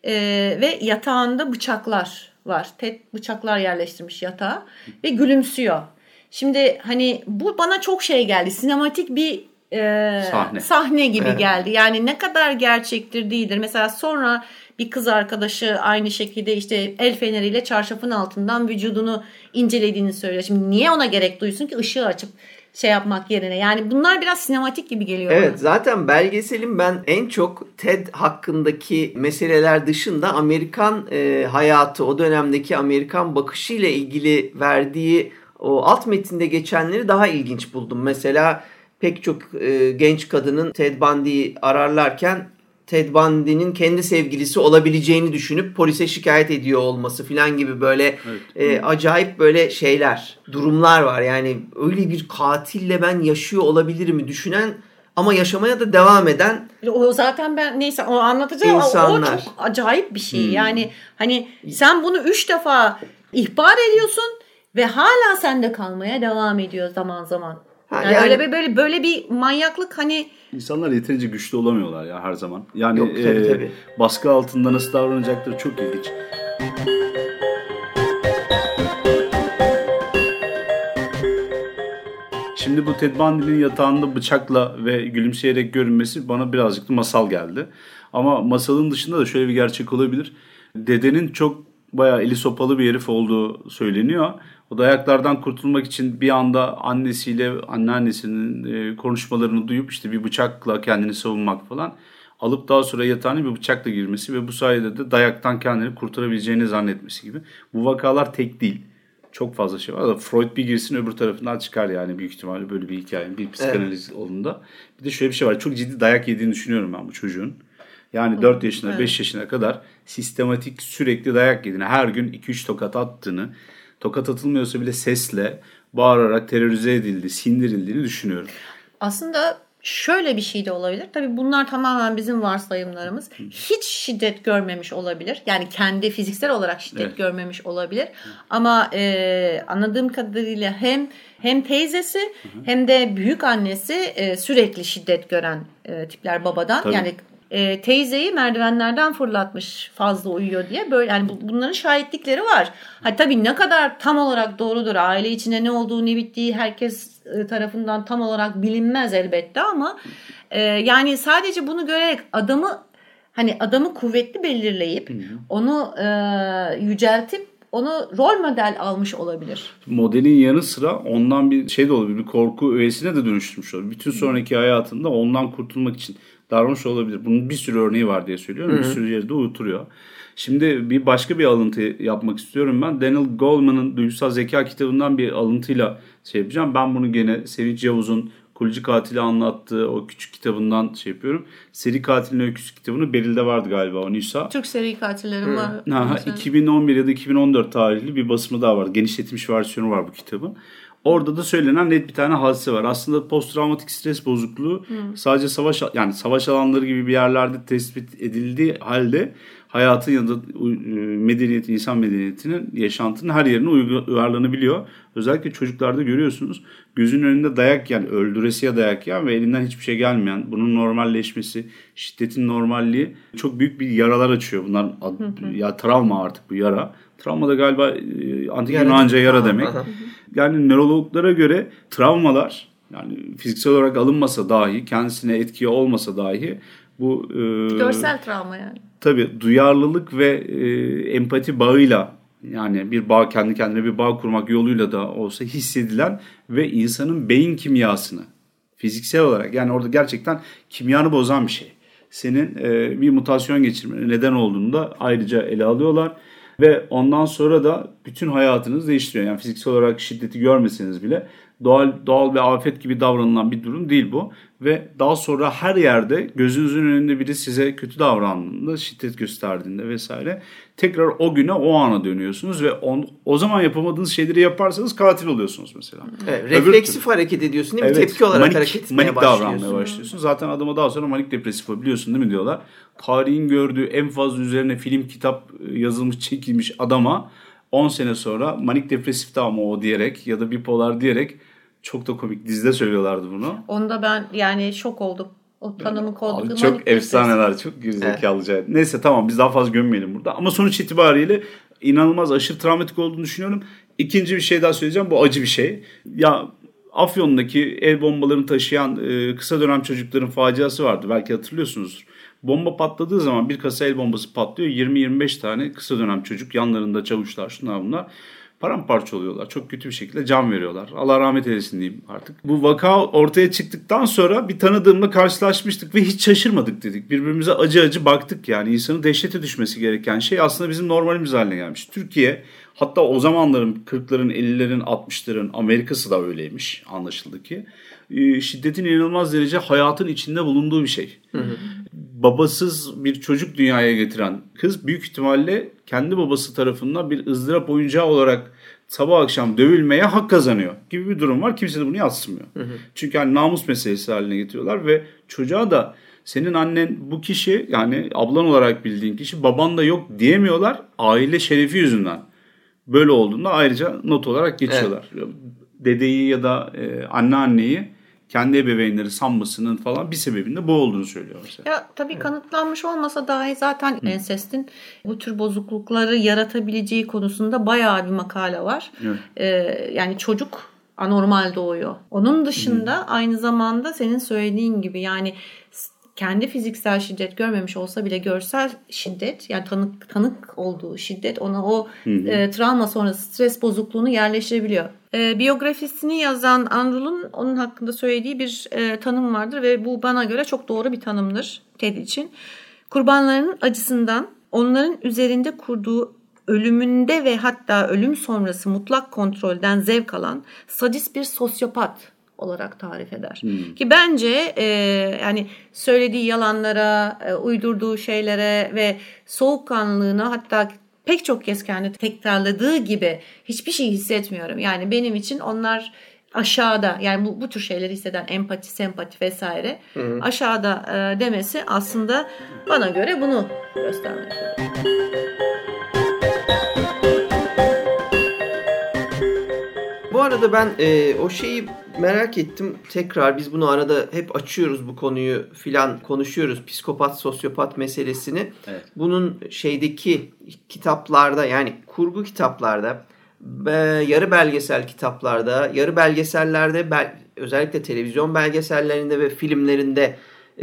Ve yatağında bıçaklar var. Ted bıçaklar yerleştirmiş yatağa ve gülümsüyor. Şimdi hani bu bana çok şey geldi. Sinematik bir sahne gibi geldi. Yani ne kadar gerçektir değildir. Mesela sonra bir kız arkadaşı aynı şekilde işte el feneriyle çarşafın altından vücudunu incelediğini söylüyor. Şimdi niye ona gerek duysun ki ışığı açıp şey yapmak yerine? Yani bunlar biraz sinematik gibi geliyor bana. Evet, zaten belgeselin ben en çok Ted hakkındaki meseleler dışında Amerikan hayatı, o dönemdeki Amerikan bakışıyla ilgili verdiği o alt metinde geçenleri daha ilginç buldum. Mesela pek çok genç kadının Ted Bundy'yi ararlarken Ted Bundy'nin kendi sevgilisi olabileceğini düşünüp polise şikayet ediyor olması falan gibi böyle acayip böyle şeyler, durumlar var. Yani öyle bir katille ben yaşıyor olabilirim düşünen ama yaşamaya da devam eden o zaten ben neyse o anlatacağım. İnsanlar. O çok acayip bir şey. Yani hani sen bunu 3 defa ihbar ediyorsun ve hala sende kalmaya devam ediyor zaman zaman. Yani öyle böyle bir manyaklık hani. İnsanlar yeterince güçlü olamıyorlar ya her zaman. Yani Yok, tabii. Baskı altında nasıl davranacakları çok ilginç. Şimdi bu Ted Bundy'nin yatağında bıçakla ve gülümseyerek görünmesi bana birazcık da masal geldi. Ama masalın dışında da şöyle bir gerçek olabilir. Dedenin çok bayağı eli sopalı bir herif olduğu söyleniyor. O dayaklardan kurtulmak için bir anda annesiyle anneannesinin konuşmalarını duyup işte bir bıçakla kendini savunmak falan. Alıp daha sonra yatağına bir bıçakla girmesi ve bu sayede de dayaktan kendini kurtarabileceğini zannetmesi gibi. Bu vakalar tek değil. Çok fazla şey var da Freud bir girsin öbür tarafından çıkar yani büyük ihtimalle böyle bir hikaye, bir psikanaliz olduğunda. Bir de şöyle bir şey var. Çok ciddi dayak yediğini düşünüyorum ben bu çocuğun. Yani 4 yaşına 5 yaşına kadar sistematik sürekli dayak yediğini, her gün 2-3 tokat attığını, tokat atılmıyorsa bile sesle, bağırarak terörize edildiği, sindirildiğini düşünüyorum. Aslında şöyle bir şey de olabilir. Tabii bunlar tamamen bizim varsayımlarımız. Hiç şiddet görmemiş olabilir. Yani kendi fiziksel olarak şiddet görmemiş olabilir. Ama anladığım kadarıyla hem teyzesi hem de büyük annesi sürekli şiddet gören tipler babadan. Tabii. Yani teyzeyi merdivenlerden fırlatmış fazla uyuyor diye böyle yani bunların şahitlikleri var. Ha tabii ne kadar tam olarak doğrudur, aile içinde ne olduğu ne bittiği herkes tarafından tam olarak bilinmez elbette ama yani sadece bunu görerek adamı kuvvetli belirleyip onu yüceltip onu rol model almış olabilir. Modelin yanı sıra ondan bir şey de olabilir, bir korku öğesine de dönüştürmüş olabilir. Bütün sonraki hayatında ondan kurtulmak için davranış olabilir. Bunun bir sürü örneği var diye söylüyorum. Bir sürü yerde uyuturuyor. Şimdi başka bir alıntı yapmak istiyorum ben. Daniel Goleman'ın Duygusal Zeka kitabından bir alıntıyla yapacağım. Ben bunu gene Sevinç Yavuz'un Kulucu Katil'i anlattığı o küçük kitabından yapıyorum. Seri Katil'in Öyküsü kitabını Beril'de vardı galiba o Nisa. Türk seri katillerim var. 2011 ya da 2014 tarihli bir basımı daha var. Genişletilmiş versiyonu var bu kitabın. Orada da söylenen net bir tane hadise var. Aslında posttraumatik stres bozukluğu sadece savaş alanları gibi bir yerlerde tespit edildiği halde hayatın ya da medeniyetin, insan medeniyetinin, yaşantının her yerine uyarlanabiliyor. Özellikle çocuklarda görüyorsunuz. Gözünün önünde dayak yiyen, öldüresiye dayak yiyen ve elinden hiçbir şey gelmeyen, bunun normalleşmesi, şiddetin normalliği çok büyük bir yaralar açıyor. Bunlar ya travma artık bu yara. Travma da galiba antik Yunanca yara demek. Yani nörologlara göre travmalar yani fiziksel olarak alınmasa dahi, kendisine etki olmasa dahi bu görsel travma yani. Tabii duyarlılık ve empati bağıyla yani bir bağ, kendi kendine bir bağ kurmak yoluyla da olsa hissedilen ve insanın beyin kimyasını fiziksel olarak yani orada gerçekten kimyanı bozan bir şey. Senin bir mutasyon geçirmene neden olduğunu da ayrıca ele alıyorlar. Ve ondan sonra da bütün hayatınızı değiştiriyor. Yani fiziksel olarak şiddeti görmeseniz bile doğal bir afet gibi davranılan bir durum değil bu. Ve daha sonra her yerde gözünüzün önünde biri size kötü davrandığında, şiddet gösterdiğinde vesaire tekrar o güne, o ana dönüyorsunuz ve o zaman yapamadığınız şeyleri yaparsanız katil oluyorsunuz mesela. Evet, refleksif hareket ediyorsun değil mi? Evet, tepki olarak hareket etmeye davranmaya başlıyorsun. Zaten adama daha sonra manik depresif biliyorsun değil mi diyorlar. Tarihin gördüğü en fazla üzerine film, kitap yazılmış, çekilmiş adama 10 sene sonra manik depresif ama o diyerek ya da bipolar diyerek çok da komik dizide söylüyorlardı bunu. Onda ben yani şok oldum. O tanımı koydukları çok efsaneler, çok gerizekalıca. Evet. Neyse tamam biz daha fazla gömmeyelim burada. Ama sonuç itibariyle inanılmaz aşırı travmatik olduğunu düşünüyorum. İkinci bir şey daha söyleyeceğim. Bu acı bir şey. Ya Afyon'daki el bombalarını taşıyan kısa dönem çocukların faciası vardı. Belki hatırlıyorsunuzdur. Bomba patladığı zaman bir kasa el bombası patlıyor. 20-25 tane kısa dönem çocuk yanlarında çavuşlar şunlar bunlar. Paramparça oluyorlar. Çok kötü bir şekilde can veriyorlar. Allah rahmet eylesin diyeyim artık. Bu vaka ortaya çıktıktan sonra bir tanıdığımla karşılaşmıştık ve hiç şaşırmadık dedik. Birbirimize acı acı baktık yani. İnsanın dehşete düşmesi gereken şey aslında bizim normalimiz haline gelmiş. Türkiye hatta o zamanların 40'ların, 50'lerin, 60'ların Amerika'sı da öyleymiş anlaşıldı ki. Şiddetin inanılmaz derece hayatın içinde bulunduğu bir şey. Babasız bir çocuk dünyaya getiren kız büyük ihtimalle kendi babası tarafından bir ızdırap oyuncağı olarak sabah akşam dövülmeye hak kazanıyor gibi bir durum var. Kimse de bunu yadsımıyor. Çünkü hani namus meselesi haline getiriyorlar ve çocuğa da senin annen bu kişi, yani ablan olarak bildiğin kişi, baban da yok diyemiyorlar. Aile şerefi yüzünden böyle olduğunda ayrıca not olarak geçiyorlar. Evet. Dedeyi ya da anneanneyi kendi ebeveynleri sanmasının falan bir sebebinin de bu olduğunu söylüyor mesela. Ya tabii kanıtlanmış olmasa dahi zaten ensestin bu tür bozuklukları yaratabileceği konusunda bayağı bir makale var. Yani çocuk anormal doğuyor. Onun dışında aynı zamanda senin söylediğin gibi yani kendi fiziksel şiddet görmemiş olsa bile görsel şiddet, yani tanık olduğu şiddet ona o travma sonrası stres bozukluğunu yerleştirebiliyor. Biyografisini yazan Andrew'un onun hakkında söylediği bir tanım vardır ve bu bana göre çok doğru bir tanımdır Ted için. Kurbanlarının acısından, onların üzerinde kurduğu ölümünde ve hatta ölüm sonrası mutlak kontrolden zevk alan sadist bir sosyopat olarak tarif eder. Ki bence yani söylediği yalanlara, uydurduğu şeylere ve soğukkanlılığına, hatta pek çok kez kendi tekrarladığı gibi hiçbir şey hissetmiyorum. Yani benim için onlar aşağıda, yani bu tür şeyleri hisseden empati, sempati vesaire aşağıda demesi aslında bana göre bunu göstermektedir. Bu arada ben o şeyi merak ettim. Tekrar biz bunu arada hep açıyoruz, bu konuyu filan konuşuyoruz. Psikopat, sosyopat meselesini. Evet. Bunun şeydeki kitaplarda, yani kurgu kitaplarda, yarı belgesel kitaplarda, yarı belgesellerde, özellikle televizyon belgesellerinde ve filmlerinde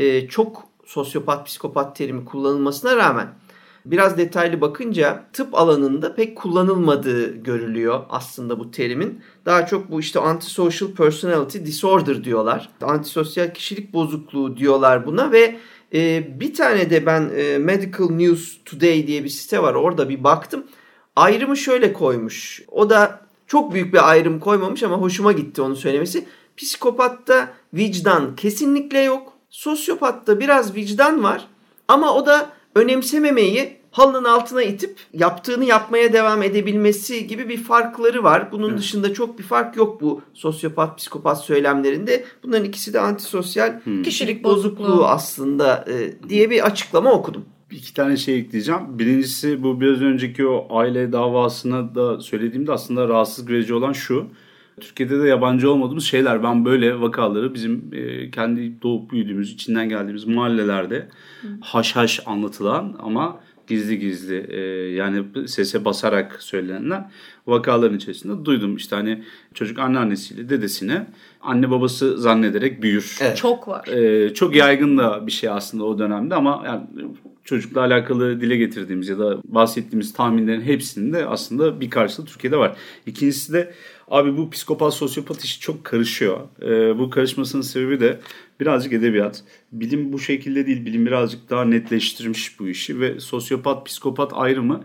çok sosyopat, psikopat terimi kullanılmasına rağmen biraz detaylı bakınca tıp alanında pek kullanılmadığı görülüyor aslında bu terimin. Daha çok bu işte antisocial personality disorder diyorlar. Antisosyal kişilik bozukluğu diyorlar buna ve bir tane de ben Medical News Today diye bir site var, orada bir baktım. Ayrımı şöyle koymuş. O da çok büyük bir ayrım koymamış ama hoşuma gitti onu söylemesi. Psikopatta vicdan kesinlikle yok. Sosyopatta biraz vicdan var ama o da önemsememeyi halının altına itip yaptığını yapmaya devam edebilmesi gibi bir farkları var. Bunun dışında çok bir fark yok bu sosyopat, psikopat söylemlerinde. Bunların ikisi de antisosyal kişilik bozukluğu aslında diye bir açıklama okudum. İki tane şey ekleyeceğim. Birincisi, bu biraz önceki o aile davasına da söylediğimde aslında rahatsızlık verici olan şu. Türkiye'de de yabancı olmadığımız şeyler. Ben böyle vakaları bizim kendi doğup büyüdüğümüz, içinden geldiğimiz mahallelerde haş haş anlatılan ama gizli gizli yani sese basarak söylenenler vakaların içerisinde duydum. İşte hani çocuk anneannesiyle dedesine anne babası zannederek büyür. Evet. Çok var. Çok yaygın da bir şey aslında o dönemde ama yani çocukla alakalı dile getirdiğimiz ya da bahsettiğimiz tahminlerin hepsinde aslında bir karşılığı Türkiye'de var. İkincisi de abi bu psikopat, sosyopat işi çok karışıyor. Bu karışmasının sebebi de birazcık edebiyat. Bilim bu şekilde değil. Bilim birazcık daha netleştirmiş bu işi ve sosyopat, psikopat ayrımı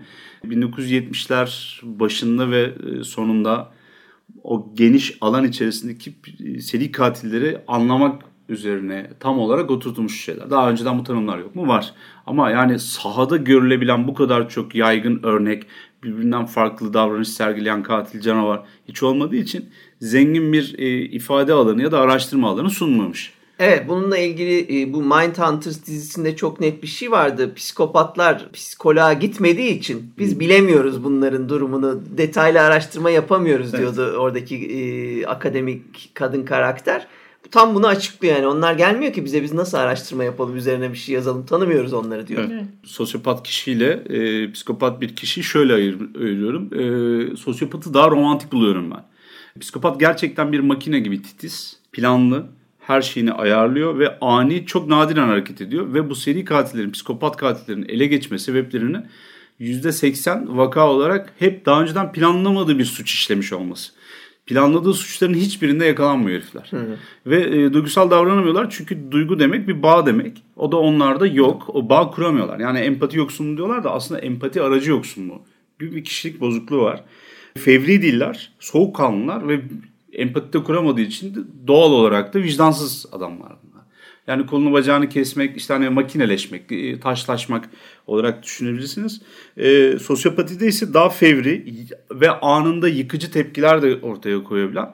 1970'ler başında ve sonunda o geniş alan içerisindeki seri katilleri anlamak üzerine tam olarak oturtulmuş şeyler. Daha önceden bu tanımlar yok mu? Var. Ama yani sahada görülebilen bu kadar çok yaygın örnek, birbirinden farklı davranış sergileyen katil canavar hiç olmadığı için zengin bir ifade alanı ya da araştırma alanı sunmamış. Evet, bununla ilgili bu Mindhunters dizisinde çok net bir şey vardı. Psikopatlar psikoloğa gitmediği için biz bilemiyoruz bunların durumunu, detaylı araştırma yapamıyoruz diyordu oradaki akademik kadın karakter. Tam bunu açıklıyor yani. Onlar gelmiyor ki bize, biz nasıl araştırma yapalım, üzerine bir şey yazalım, tanımıyoruz onları diyor. Evet. Sosyopat kişiyle psikopat bir kişiyi şöyle ayırıyorum. Sosyopatı daha romantik buluyorum ben. Psikopat gerçekten bir makine gibi titiz, planlı, her şeyini ayarlıyor ve ani, çok nadiren hareket ediyor. Ve bu seri katillerin, psikopat katillerin ele geçme sebeplerini %80 vaka olarak hep daha önceden planlamadığı bir suç işlemiş olması. Planladığı suçların hiçbirinde yakalanmıyor herifler. Ve duygusal davranamıyorlar çünkü duygu demek bir bağ demek. O da onlarda yok. O bağ kuramıyorlar. Yani empati yoksunluğu diyorlar da aslında empati aracı yoksunluğu. Bir kişilik bozukluğu var. Fevri değiller, soğukkanlılar ve empati de kuramadığı için de doğal olarak da vicdansız adamlar bunlar. Yani kolunu bacağını kesmek, işte hani makineleşmek, taşlaşmak olarak düşünebilirsiniz. Sosyopatide ise daha fevri ve anında yıkıcı tepkiler de ortaya koyabilen.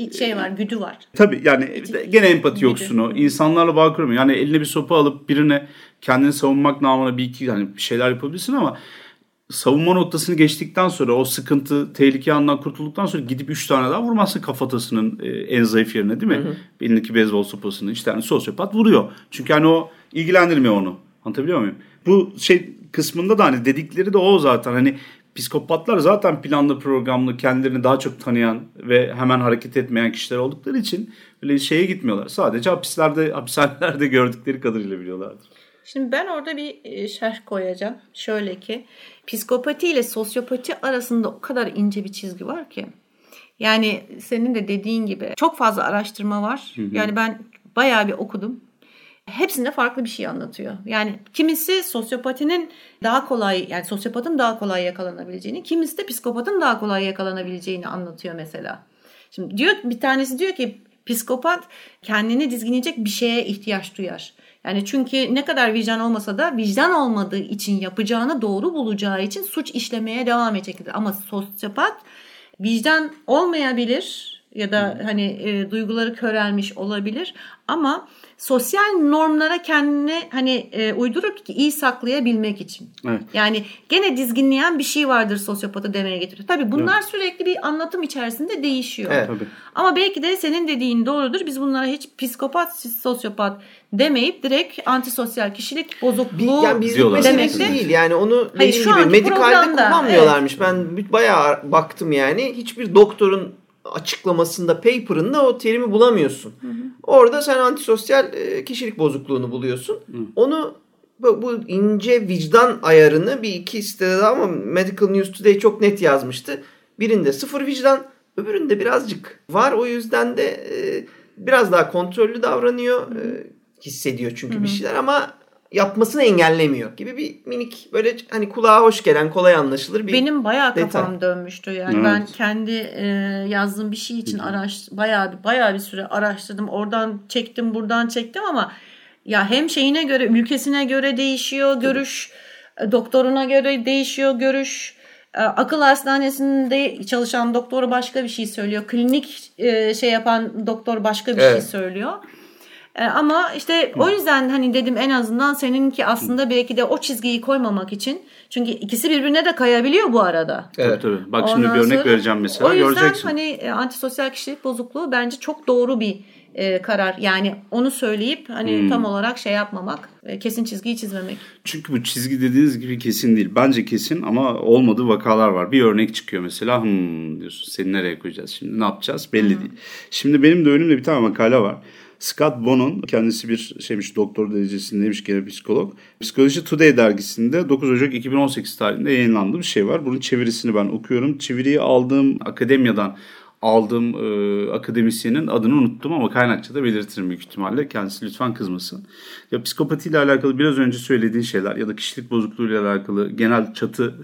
Güdü var. Tabii yani gene empati yoksunu, insanlarla bağ kuramıyor. Yani eline bir sopa alıp birine kendini savunmak namına bir şeyler yapabilirsin ama savunma noktasını geçtikten sonra o sıkıntı, tehlike anından kurtulduktan sonra gidip 3 tane daha vurmazsın kafatasının en zayıf yerine değil mi? Hı hı. Elindeki beyzbol sopasını işte hani sosyopat vuruyor. Çünkü hani o ilgilendirmiyor onu. Anlatabiliyor muyum? Bu kısmında da hani dedikleri de o zaten hani psikopatlar zaten planlı programlı kendilerini daha çok tanıyan ve hemen hareket etmeyen kişiler oldukları için öyle şeye gitmiyorlar. Sadece hapishanelerde gördükleri kadarıyla biliyorlardır. Şimdi ben orada bir şerh koyacağım. Şöyle ki psikopati ile sosyopati arasında o kadar ince bir çizgi var ki. Yani senin de dediğin gibi çok fazla araştırma var. Hı hı. Yani ben bayağı bir okudum. Hepsinde farklı bir şey anlatıyor. Yani kimisi sosyopatinin daha kolay, yani sosyopatın daha kolay yakalanabileceğini, kimisi de psikopatın daha kolay yakalanabileceğini anlatıyor mesela. Şimdi bir tanesi diyor ki psikopat kendini dizginleyecek bir şeye ihtiyaç duyar. Yani çünkü ne kadar vicdan olmasa da vicdan olmadığı için yapacağını doğru bulacağı için suç işlemeye devam edecektir. Ama sosyopat vicdan olmayabilir ya da hani duyguları körelmiş olabilir ama sosyal normlara kendini uydurur ki iyi saklayabilmek için. Evet. Yani gene dizginleyen bir şey vardır sosyopatı demeye getiriyor. Tabii bunlar sürekli bir anlatım içerisinde değişiyor. Evet. Ama belki de senin dediğin doğrudur. Biz bunlara hiç psikopat, sosyopat demeyip direkt antisosyal kişilik bozukluğu yani bizlik meselesi değil. Yani onu dediğim gibi medikalde kullanmıyorlarmış. Evet. Ben bayağı baktım yani. Hiçbir doktorun açıklamasında, paper'ında o terimi bulamıyorsun. Hı hı. Orada sen antisosyal kişilik bozukluğunu buluyorsun. Hı. Onu bu ince vicdan ayarını bir iki sitede daha ama Medical News Today çok net yazmıştı. Birinde 0 vicdan, öbüründe birazcık var. O yüzden de biraz daha kontrollü davranıyor. Hissediyor çünkü bir şeyler ama yapmasını engellemiyor gibi bir minik böyle hani kulağa hoş gelen, kolay anlaşılır bir benim bayağı kafam dönmüştü yani. Evet. Ben kendi yazdığım bir şey için bayağı bir süre araştırdım. Oradan çektim, buradan çektim ama ya hem şeyine göre, ülkesine göre değişiyor görüş, doktoruna göre değişiyor görüş. Akıl hastanesinde çalışan doktor başka bir şey söylüyor. Klinik yapan doktor başka bir şey söylüyor. Ama işte o yüzden hani dedim en azından seninki aslında belki de o çizgiyi koymamak için. Çünkü ikisi birbirine de kayabiliyor bu arada. Evet tabii. Bak şimdi bir örnek vereceğim mesela. O yüzden göreceksin. Hani antisosyal kişilik bozukluğu bence çok doğru bir karar. Yani onu söyleyip hani tam olarak yapmamak, kesin çizgiyi çizmemek. Çünkü bu çizgi dediğiniz gibi kesin değil. Bence kesin ama olmadığı vakalar var. Bir örnek çıkıyor mesela. Diyorsun seni nereye koyacağız şimdi ne yapacağız belli değil. Şimdi benim de önümde bir tane makale var. Scott Bohn'un kendisi bir doktor derecesindeymiş gene psikolog. Psychology Today dergisinde 9 Ocak 2018 tarihinde yayınlandığı bir şey var. Bunun çevirisini ben okuyorum. Çeviriyi aldığım akademyadan aldığım akademisyenin adını unuttum ama kaynakçada belirtirim büyük ihtimalle. Kendisi lütfen kızmasın. Ya psikopatiyle alakalı biraz önce söylediğin şeyler ya da kişilik bozukluğuyla alakalı genel çatı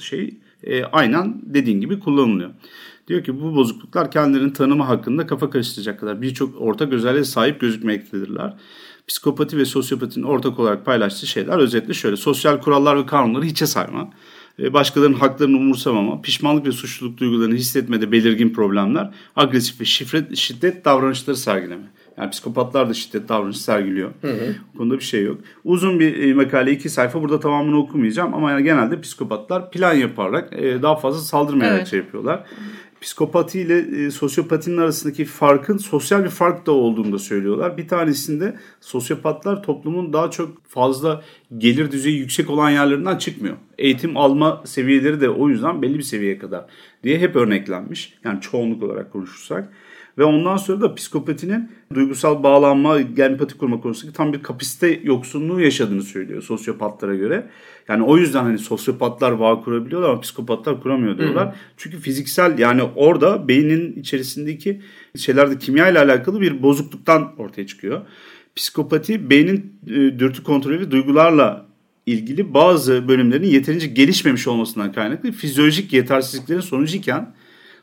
aynen dediğin gibi kullanılıyor. Diyor ki bu bozukluklar kendilerinin tanımı hakkında kafa karıştıracak kadar birçok ortak özelliğe sahip gözükmektedirler. Psikopati ve sosyopatinin ortak olarak paylaştığı şeyler özetle şöyle: sosyal kurallar ve kanunları hiçe sayma, başkalarının haklarını umursamama, pişmanlık ve suçluluk duygularını hissetmede belirgin problemler, agresif ve şiddet davranışları sergileme. Yani psikopatlar da şiddet davranışı sergiliyor. Bu konuda bir şey yok. Uzun bir makale, 2 sayfa. Burada tamamını okumayacağım ama yani genelde psikopatlar plan yaparak daha fazla saldırmayarak yapıyorlar. Psikopati ile sosyopatinin arasındaki farkın sosyal bir fark da olduğunu da söylüyorlar. Bir tanesinde sosyopatlar toplumun daha çok fazla gelir düzeyi yüksek olan yerlerinden çıkmıyor. Eğitim alma seviyeleri de o yüzden belli bir seviyeye kadar diye hep örneklenmiş. Yani çoğunluk olarak konuşursak. Ve ondan sonra da psikopatinin duygusal bağlanma, empati kurma konusunda tam bir kapasite yoksunluğu yaşadığını söylüyor sosyopatlara göre. Yani o yüzden hani sosyopatlar bağ kurabiliyorlar ama psikopatlar kuramıyor diyorlar. Çünkü fiziksel, yani orada beynin içerisindeki şeylerde kimya ile alakalı bir bozukluktan ortaya çıkıyor. Psikopati beynin dürtü kontrolü ve duygularla ilgili bazı bölümlerin yeterince gelişmemiş olmasından kaynaklı fizyolojik yetersizliklerin sonucuyken,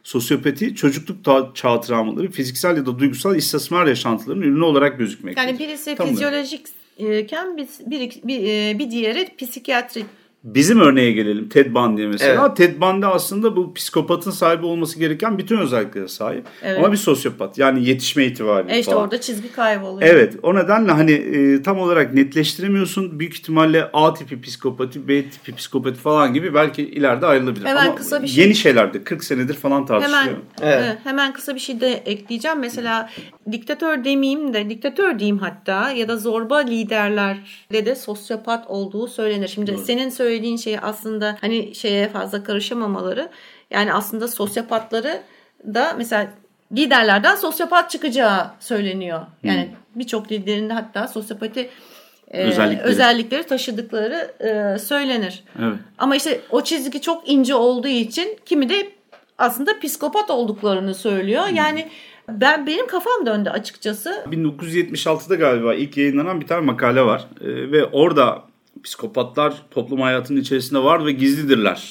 sosyopati çocukluk çağı travmaları, fiziksel ya da duygusal istismar yaşantılarının ürünü olarak gözükmektedir. Yani birisi fizyolojikken bir diğeri psikiyatri. Bizim örneğe gelelim, Ted Bundy'ye mesela. Evet. Ted Bundy aslında bu psikopatın sahibi olması gereken bütün özelliklere sahip. Evet. Ama bir sosyopat. Yani yetişme itibariyle İşte falan. orada çizgi kayboluyor. Evet, o nedenle hani tam olarak netleştiremiyorsun. Büyük ihtimalle A tipi psikopati, B tipi psikopati falan gibi belki ileride ayrılabilir. Hemen ama kısa bir şey. yeni şeylerde 40 senedir falan tartışılıyor. Hemen kısa bir şey de ekleyeceğim. Mesela diktatör demeyeyim de diktatör diyeyim hatta ya da zorba liderlerde de sosyopat olduğu söylenir. Şimdi Doğru. senin söylediğin şey aslında hani şeye fazla karışamamaları. Yani aslında sosyopatları da mesela liderlerden sosyopat çıkacağı söyleniyor. Yani birçok liderinde hatta sosyopati özellikleri taşıdıkları söylenir. Evet. Ama işte o çizgi çok ince olduğu için kimi de aslında psikopat olduklarını söylüyor. Yani benim kafam döndü açıkçası. 1976'da galiba ilk yayınlanan bir tane makale var. Ve orada psikopatlar toplum hayatının içerisinde var ve gizlidirler.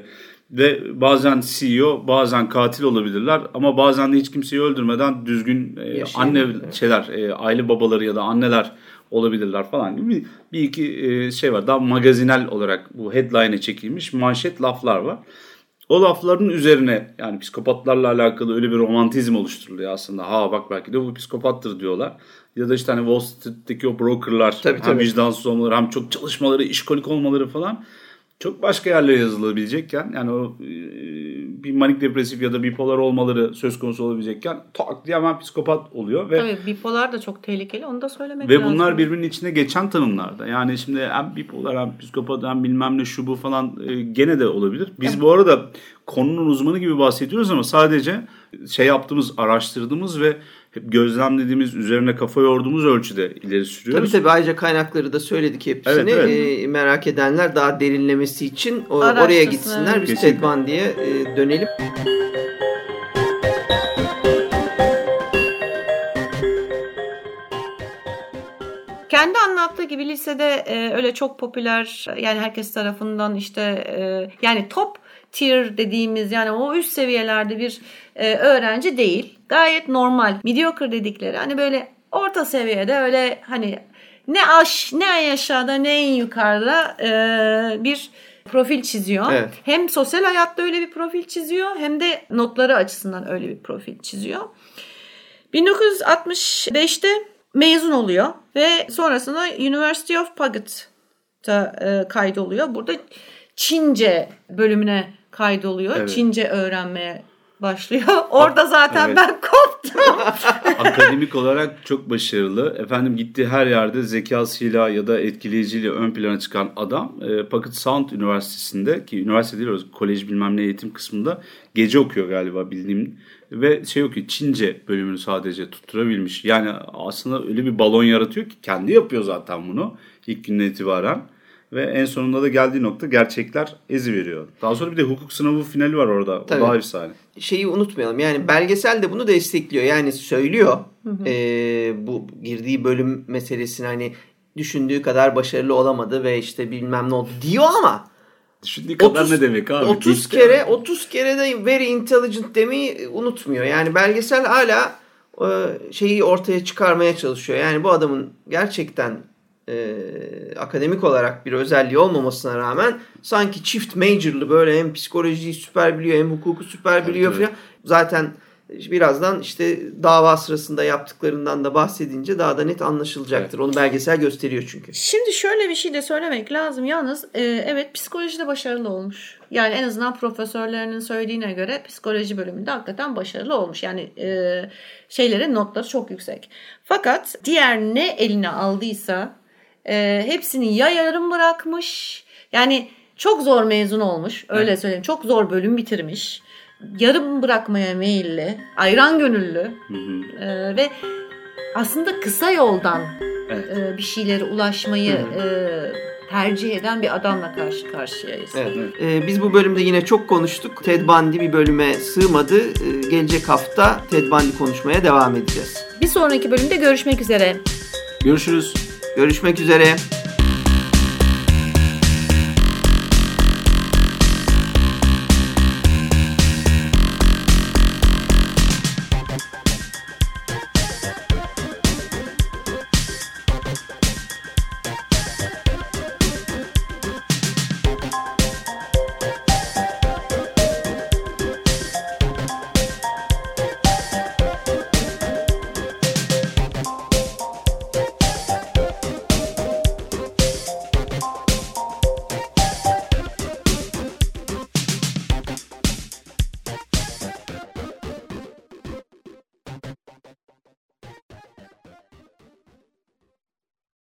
Ve bazen CEO, bazen katil olabilirler ama bazen de hiç kimseyi öldürmeden düzgün aile babaları ya da anneler olabilirler falan gibi bir iki şey var. Daha magazinel olarak bu headline'e çekilmiş manşet laflar var. O lafların üzerine yani psikopatlarla alakalı öyle bir romantizm oluşturuluyor aslında. Ha bak belki de bu psikopattır diyorlar. Ya da işte hani Wall Street'teki o brokerlar hem vicdansız olmaları hem çok çalışmaları, işkolik olmaları falan çok başka yerlere yazılabilecekken yani o bir manik depresif ya da bipolar olmaları söz konusu olabilecekken tak diye hemen psikopat oluyor. Ve tabii bipolar da çok tehlikeli onu da söylemek lazım. Ve bunlar birbirinin içine geçen tanımlarda. Yani şimdi hem bipolar hem psikopat hem bilmem ne şu bu falan gene de olabilir. Biz bu arada konunun uzmanı gibi bahsediyoruz ama sadece araştırdığımız ve hep gözlemlediğimiz, üzerine kafa yorduğumuz ölçüde ileri sürüyoruz. Tabii ayrıca kaynakları da söyledik hepsini. Evet. Merak edenler daha derinlemesi için oraya gitsinler. Biz Ted Bundy'ye dönelim. Kendi anlattığı gibi lisede öyle çok popüler yani herkes tarafından işte yani top tier dediğimiz yani o üst seviyelerde bir öğrenci değil. Gayet normal, mediocre dedikleri hani böyle orta seviyede öyle hani ne en aşağıda ne en yukarıda bir profil çiziyor. Evet. Hem sosyal hayatta öyle bir profil çiziyor hem de notları açısından öyle bir profil çiziyor. 1965'te mezun oluyor ve sonrasında University of Pagut'ta kaydoluyor. Burada Çince bölümüne kaydoluyor. Evet. Çince öğrenmeye başlıyor. Orada zaten ben koptum. Akademik olarak çok başarılı. Efendim gittiği her yerde zekasıyla ya da etkileyiciliğiyle ön plana çıkan adam Puget Sound Üniversitesi'nde ki üniversite değil orası kolej bilmem ne eğitim kısmında gece okuyor galiba bildiğim ve okuyor Çince bölümünü sadece tutturabilmiş. Yani aslında öyle bir balon yaratıyor ki kendi yapıyor zaten bunu ilk günden itibaren. Ve en sonunda da geldiği nokta gerçekler eziveriyor. Daha sonra bir de hukuk sınavı finali var orada. Tabii. O daha efsane. Şeyi unutmayalım. Yani belgesel de bunu destekliyor. Yani söylüyor. Bu girdiği bölüm meselesini hani düşündüğü kadar başarılı olamadı ve işte bilmem ne oldu diyor ama düşündüğü kadar ne demek abi? 30 kere de very intelligent demeyi unutmuyor. Yani belgesel hala şeyi ortaya çıkarmaya çalışıyor. Yani bu adamın gerçekten akademik olarak bir özelliği olmamasına rağmen sanki çift major'lı böyle hem psikolojiyi süper biliyor hem hukuku süper biliyor falan. Zaten birazdan işte dava sırasında yaptıklarından da bahsedince daha da net anlaşılacaktır. Evet. Onu belgesel gösteriyor çünkü. Şimdi şöyle bir şey de söylemek lazım. Yalnız evet psikolojide başarılı olmuş. Yani en azından profesörlerinin söylediğine göre psikoloji bölümünde hakikaten başarılı olmuş. Yani notları çok yüksek. Fakat diğer ne eline aldıysa hepsini ya yarım bırakmış. Yani çok zor mezun olmuş. Öyle söyleyeyim. Çok zor bölüm bitirmiş. Yarım bırakmaya meyilli, ayran gönüllü ve aslında kısa yoldan bir şeylere ulaşmayı tercih eden bir adamla karşı karşıyayız. Evet. Biz bu bölümde yine çok konuştuk. Ted Bundy bir bölüme sığmadı. Gelecek hafta Ted Bundy konuşmaya devam edeceğiz. Bir sonraki bölümde görüşmek üzere. Görüşürüz. Görüşmek üzere.